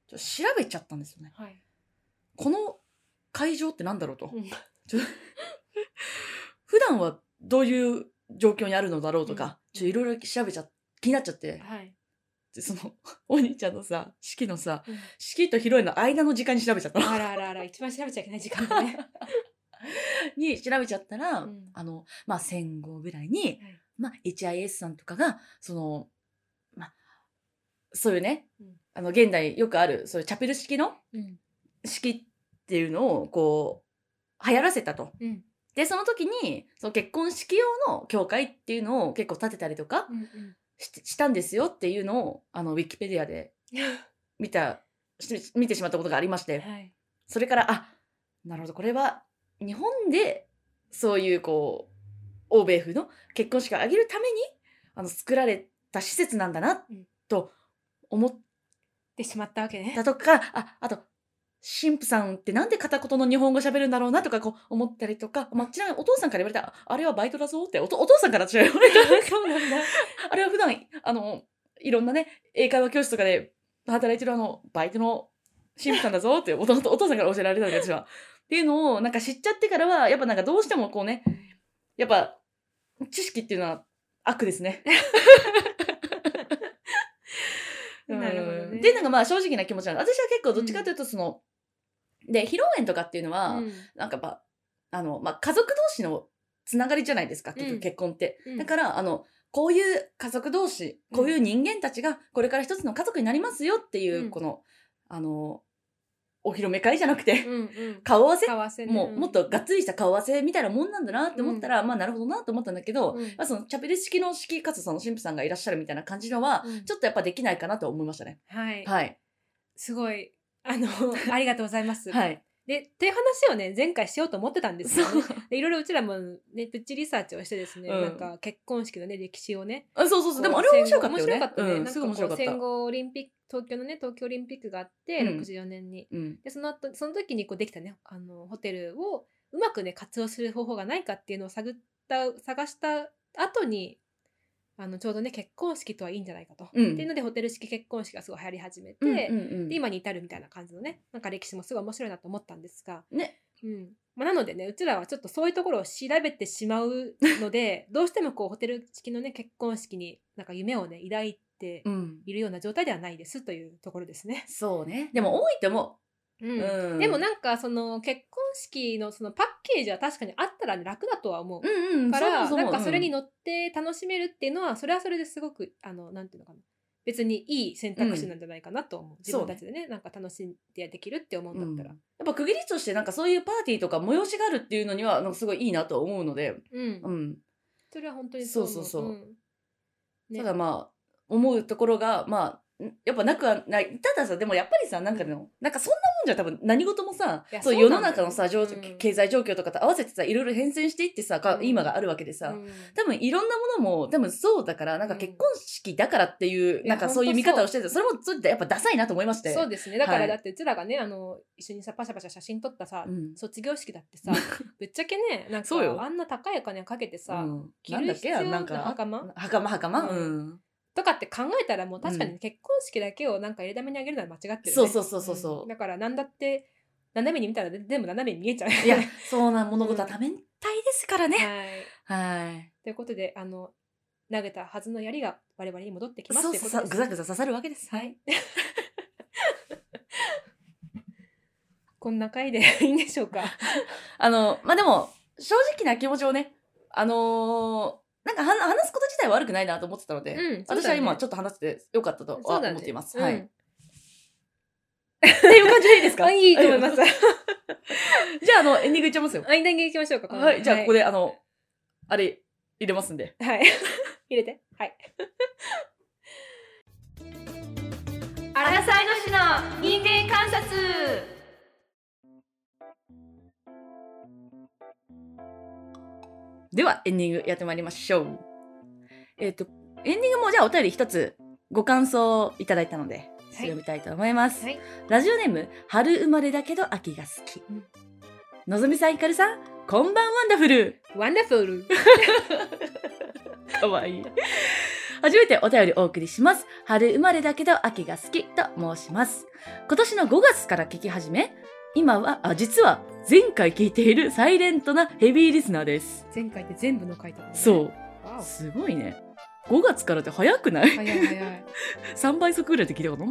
ちょ調べちゃったんですよね。 はい、 この会場ってなんだろうと。 うん、 ちょ普段はどういう状況にあるのだろうとか、うん、ちょいろいろ調べちゃ気になっちゃって、 はい、 でそのお兄ちゃんのさ式のさ、うん、式と披露宴の間の時間に調べちゃったの。 あらあらあら、一番調べちゃいけない時間だね。 に調べちゃったら、うん、あのまあ戦後ぐらいに、はい、まあ エイチアイエス さんとかがそのまあそういうね、うん、あの現代よくあるそういうチャペル式の式っていうのをこう流行らせたと。うん、でその時にその結婚式用の教会っていうのを結構建てたりとかし、うんうん、したんですよっていうのをあのウィキペディアで見た見てしまったことがありまして、はい、それからあなるほどこれは日本でそういうこう欧米風の結婚式を挙げるためにあの作られた施設なんだなと思ってしまったわけね。 だとか、あ、あと神父さんってなんで片言の日本語喋るんだろうなとかこう思ったりとか、まあ、ちなみにお父さんから言われたあれはバイトだぞっておとお父さんから言われたそうなんだ。 あれは普段あのいろんなね英会話教室とかで働いてるあのバイトの神父さんだぞっておお父さんから教えられたわけですよ。っていうのをなんか知っちゃってからはやっぱなんかどうしてもこうねやっぱ知識っていうのは悪ですね。 なるほどね。 でなんかまあ正直な気持ちなの。私は結構どっちかというとその、うん、で披露宴とかっていうのは、うん、なんかやっぱあの、まあ、家族同士のつながりじゃないですか結局結婚って、うん、だからあのこういう家族同士こういう人間たちがこれから一つの家族になりますよっていう、うん、このあのお披露目会じゃなくて、うんうん、顔合わせ、顔合わせね、もうもっとがっつりした顔合わせみたいなもんなんだなって思ったら、うん、まあなるほどなと思ったんだけど、うん、まあ、そのチャペル式の式かつその神父さんがいらっしゃるみたいな感じのは、うん、ちょっとやっぱできないかなと思いましたね。 はい。 はい。 すごいあのありがとうございます。 はい。 でっていう話をね前回しようと思ってたんですよね。でいろいろうちらもねプッチリサーチをしてですね、うん、なんか結婚式のね歴史をね。 あそうそうそうでもあれは面白かったよね。 面白かったね。 うん、 なんかこう戦後オリンピック東京のね東京オリンピックがあって、うん、ろくじゅうよねんに、うん、でその後その時にこうできたねあのホテルをうまくね活用する方法がないかっていうのを探った探した後にあのちょうどね結婚式とはいいんじゃないかと、うん、っていうのでホテル式結婚式がすごい流行り始めて、うんうんうん、で今に至るみたいな感じのねなんか歴史もすごい面白いなと思ったんですが、 ねうんまあ、なのでねうちらはちょっとそういうところを調べてしまうのでどうしてもこうホテル式のね結婚式になんか夢をね抱いているような状態ではないですというところですね。 そうねでも多いと思う。 うんうん、でもなんかその結婚式のそのパッケージは確かにあったら、ね、楽だとは思う、うんうん、からなんかそれに乗って楽しめるっていうのはそれはそれですごくあのなんていうのかな別にいい選択肢なんじゃないかなと思う、うん、自分たちでねなんか楽しんでできるって思うんだったら、うん、やっぱ区切りとしてなんかそういうパーティーとか催しがあるっていうのにはなんかすごいいいなと思うので、 うんうん、それは本当にそうそうそう、うんね、ただまあ思うところがまあやっぱなくはない。たださでもやっぱりさなんかの、うん、なんかそんなもんじゃ多分何事もさそう世の中のさ、うん、経済状況とかと合わせてさいろいろ変遷していってさ、うん、今があるわけでさ、うん、多分いろんなものも多分そうだからなんか結婚式だからっていう、うん、なんかそういう見方をしててそれもそれでやっぱダサいなと思いまして。 そうですねだからだってうちらがね、はい、あの一緒にさパシャパシャ写真撮ったさ、うん、卒業式だってさぶっちゃけねなんかあんな高いお金をかけてさ、うん、着る必要な袴袴袴うん、 うんとかって考えたらもう確かに結婚式だけをなんか入れためにあげるのは間違ってるね、 そうそうそうそうそう、 うん、だからなんだって斜めに見たら全部斜めに見えちゃういやそうな物事は多面体ですからね、 うん、はい、はい、ということであの投げたはずの槍が我々に戻ってきますそうそうぐざぐざ刺さるわけです。 はいこんな回でいいんでしょうかあのまあでも正直な気持ちをねあのーなんか話すこと自体は悪くないなと思ってたので、うんね、私は今ちょっと話してよかったとは思っています。ね、はい。うん、っていう感じでいいですか？ いいと思います。 じゃああのエンディングいっちゃいますよ。 エンディングいきましょうか。 はい。じゃあここであのあれ入れますんで。 はい。入れて。はい。アラサイの市の人間観察。 ではエンディングやってまいりましょう。えっとエンディングもじゃあお便り一つご感想いただいたので読みたいと思います、はいはい、ラジオネーム春生まれだけど秋が好き、うん、のぞみさんひかるさんこんばんワンダフルワンダフルかわいい初めてお便りお送りします。春生まれだけど秋が好きと申します。今年のごがつから聞き始め、今は、あ、実は前回聞いているサイレントなヘビーリスナーです。 前回って全部の書いたのね。 そう。すごいね。ごがつからって早くない？ 早い早い。 さんばい速ぐらいで聞いたこと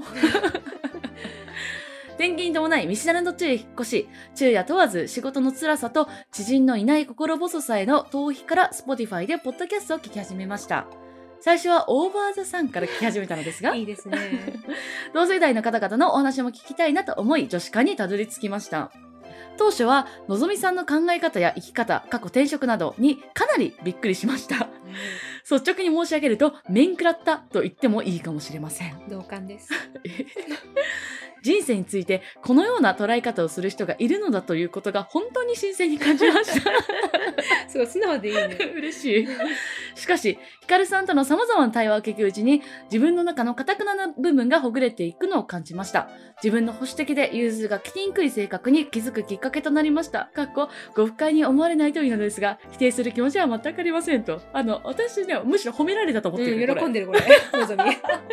転勤に伴い見知らぬ土地へ引っ越し、昼夜問わず仕事の辛さと知人のいない心細さへの逃避から Spotify でポッドキャストを聞き始めました。最初はオーバーザさんから聞き始めたのですが、 いいですね。 同世代の方々のお話も聞きたいなと思い、女子会にたどり着きました。当初はのぞみさんの考え方や生き方、過去転職などにかなりびっくりしました。うん、率直に申し上げると、面食らったと言ってもいいかもしれません。 同感です。 人生についてこのような捉え方をする人がいるのだということが本当に新鮮に感じました。 すごい素直でいいね。 嬉しい。しかし、ヒカルさんとの様々な対話を聞くうちに、自分の中の堅くなな部分がほぐれていくのを感じました。自分の保守的で融通が利きにくい性格に気づくきっかけとなりました。かっこ、ご不快に思われないといいのですが、否定する気持ちは全くありませんと。あの、私ね、むしろ褒められたと思ってる、 うん、喜んでるこれ。のぞみ。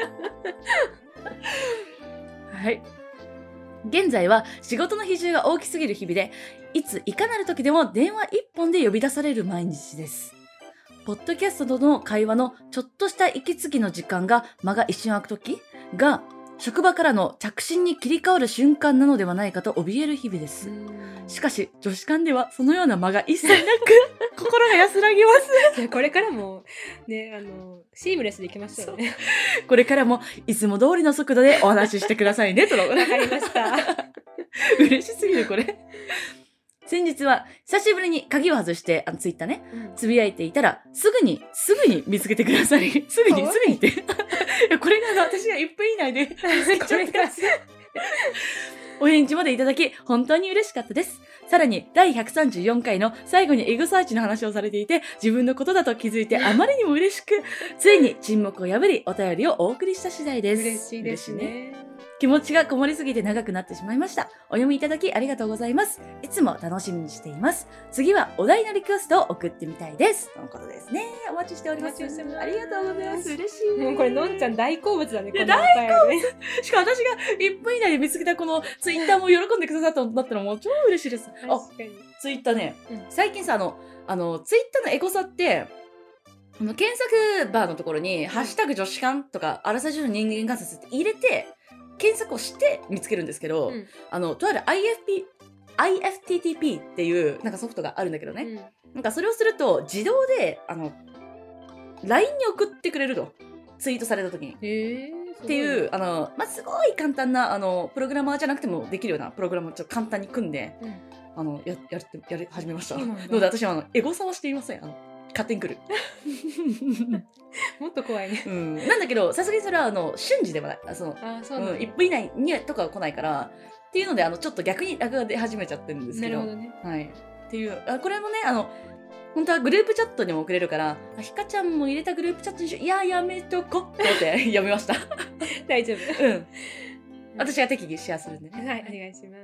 はい。現在は仕事の比重が大きすぎる日々で、いついかなる時でも電話一本で呼び出される毎日です。ポッドキャストとの会話のちょっとした息継ぎの時間が間が一瞬空く時が、職場からの着信に切り替わる瞬間なのではないかと怯える日々です。しかし、女子間ではそのような間が一切なく、心が安らぎます。 これからも、ね、あの、シームレスでいきましょうね。 これからも、いつも通りの速度でお話ししてくださいね、との。 わかりました。 嬉しすぎる、これ。先日は、久しぶりに鍵を外して、あの、ツイッターね、うん、つぶやいていたら、すぐに、すぐに見つけてください。すぐに、すぐにって。これが私がいっぷん以内で、これがお返事までいただき、本当に嬉しかったです。さらに、だいひゃくさんじゅうよんかいの最後にエゴサーチの話をされていて、自分のことだと気づいてあまりにも嬉しく、ついに沈黙を破り、お便りをお送りした次第です。 嬉しいですね。 気持ちがこもりすぎて長くなってしまいました。お読みいただきありがとうございます。いつも楽しみにしています。次はお題のリクエストを送ってみたいです。とのことですね。お待ちしております。ありがとうございます。嬉しい。 もうこれのんちゃん大好物だね。この大好物。しかも私がいっぷん以内で見つけたこのツイッターも喜んでくださったんだったらもう超嬉しいです。あ、ツイッターね、うん、最近さ、あの、あの、ツイッターのエゴサって、あの検索バーのところに、うん、ハッシュタグ女子館とか、あらさじの人間観察って入れて、検索をして見つけるんですけど、うん、あの、とある アイエフピー、アイエフティーティーピー っていうなんかソフトがあるんだけどね。うん、なんかそれをすると自動で、あの、ライン に送ってくれると。ツイートされた時に。 へー、 っていう、あの、まあ、すごい簡単な、あの、プログラマーじゃなくてもできるようなプログラムをちょっと簡単に組んで、うん、あの、や、やって、やり始めました。ので私は、あの、エゴサはしていません。あの、勝手に来る。 もっと怖いね。 うん。なんだけど、さすがにそれは、あの、瞬時ではない。あ、その、 あ、そうなんだ。 いっぷん以内にとかは来ないから、っていうので、あの、ちょっと逆にラグが出始めちゃってるんですけど。 なるほどね。 はい。っていう、あ、これもね、あの、本当はグループチャットにも送れるから、ひかちゃんも入れたグループチャットにしよう。いや、やめとこって思ってやめました。 大丈夫。 うん。私が適宜シェアするんでね。 はい、お願いします。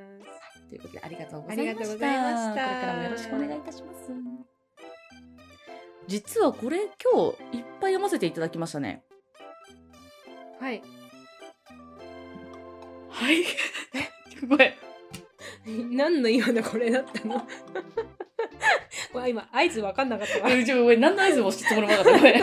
ということで、ありがとうございました。 ありがとうございました。これからもよろしくお願いいたします。実はこれ今日いっぱい読ませていただきましたね。 はい。 はい。ごめん。何の今のこれだったのわ今合図分かんなかったわ。 何の合図もしてつもりもなかった。ごめん。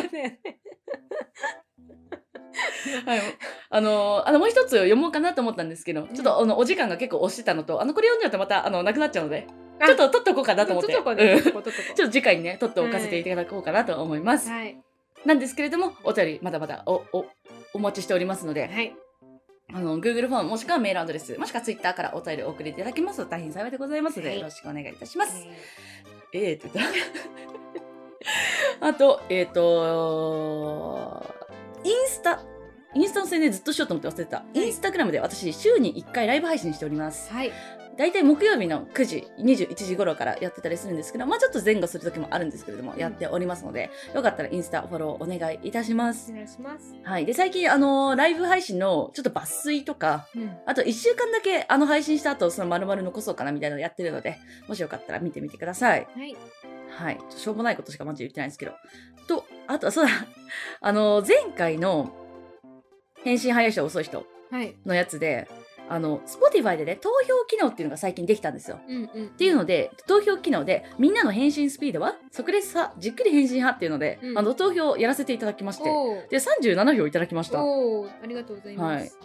はい、あのあのもう一つ読もうかなと思ったんですけど、うん、ちょっとあのお時間が結構押してたのと、あのこれ読んじゃうとまたあのなくなっちゃうので、ちょっと取っておこうかなと思って、ちょっと次回にね取っておかせていただこうかなと思います。はい、なんですけれども、お便りまだまだおおお待ちしておりますので、はい、あの Google フォームもしくはメールアドレスもしくは Twitter からお便りをお送りいただきますと大変幸いでございますので、はい、よろしくお願いいたします。はい、えーって言ったあとえっ、ー、とインスタインスタの宣伝ずっとしようと思って忘れてた。インスタグラムで私、週にいっかいライブ配信しております。はい。だいたい木曜日のくじ、にじゅういちじ頃からやってたりするんですけど、まあちょっと前後する時もあるんですけれども、うん、やっておりますので、よかったらインスタフォローお願いいたします。 お願いします。 はい。で、最近、あのー、ライブ配信のちょっと抜粋とか、うん、あといっしゅうかんだけあの配信した後、その丸々残そうかなみたいなのやってるので、もしよかったら見てみてください。はい。はい。しょうもないことしかマジで言ってないんですけど。 と、あと、そうだ、あの、前回の返信早い人遅い人のやつで、はい、あの、Spotify でね、投票機能っていうのが最近できたんですよ。うんうんうん、っていうので、投票機能で、みんなの返信スピードは即レス派、じっくり返信派っていうので、うん、あの、投票やらせていただきまして、で、さんじゅうななひょういただきました。 おー、ありがとうございます。 はい、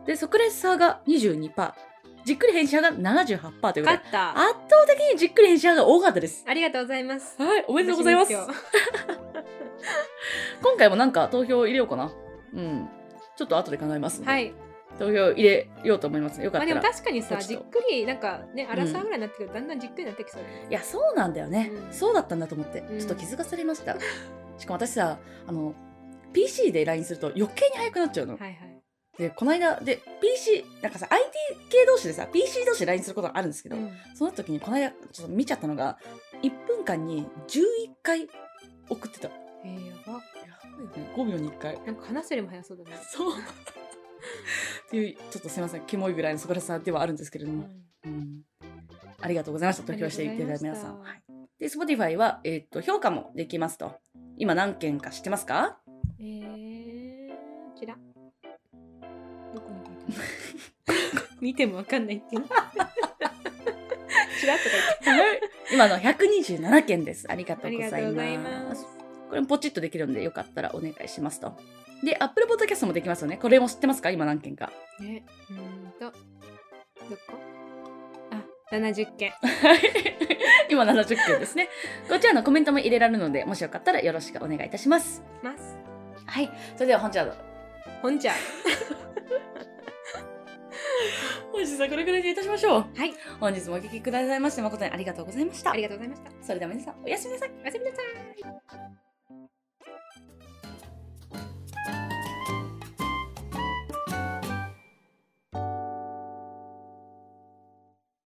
で、即レス派が にじゅうにパーセント、じっくり返信派が ななじゅうはちパーセント ということで、圧倒的にじっくり返信派が多かったです。 ありがとうございます。 はい、おめでとうございます。今回もなんか投票入れようかな。うん。ちょっと後で考えます。はい。投票入れようと思います。よかったら。 まあでも確かにさ、じっくりなんかね、アラサーぐらいになってくるとだんだんじっくりになってきそうだよね。 いや、そうなんだよね。うん、そうだったんだと思って、ちょっと気づかされました。しかも私さ、あの、ピーシー で ライン すると余計に早くなっちゃうの。はいはい。で、この間、で、ピーシー、なんかさ、アイティー 系同士でさ、ピーシー 同士で ライン することがあるんですけど、うん、その時にこの間、ちょっと見ちゃったのが、いっぷんかんにじゅういっかい送ってた。 えー、やば。やばいね。ごびょうにいっかい。 なんか話すよりも早そうだね。 そう。っていう、ちょっとすいません、キモいぐらいのそこらさではあるんですけれども、うんうん、ありがとうございました。投票していただいた皆さん。はい、で、Spotify は、えー、っと、評価もできますと。今何件か知ってますか？ えー、こちら。どこに書いてある見てもわかんないっていう。ちらっと書いてある。 今のひゃくにじゅうななけんです。ありがとうございます。ますこれもポチッとできるのでよかったらお願いしますと。で、Apple Podcast もできますよね。これも知ってますか？今何件か。 え、うんと、どこ？あ、ななじゅっけん。 今ななじゅっけんですね。こちらのコメントも入れられるので、もしよかったらよろしくお願いいたします。 ます。 はい。それでは本日は。 本日は。 本日はこれくらいでいたしましょう。 はい。 本日もお聞きくださいまして誠にありがとうございました。 ありがとうございました。 それでは皆さんおやすみなさい。 おやすみなさい。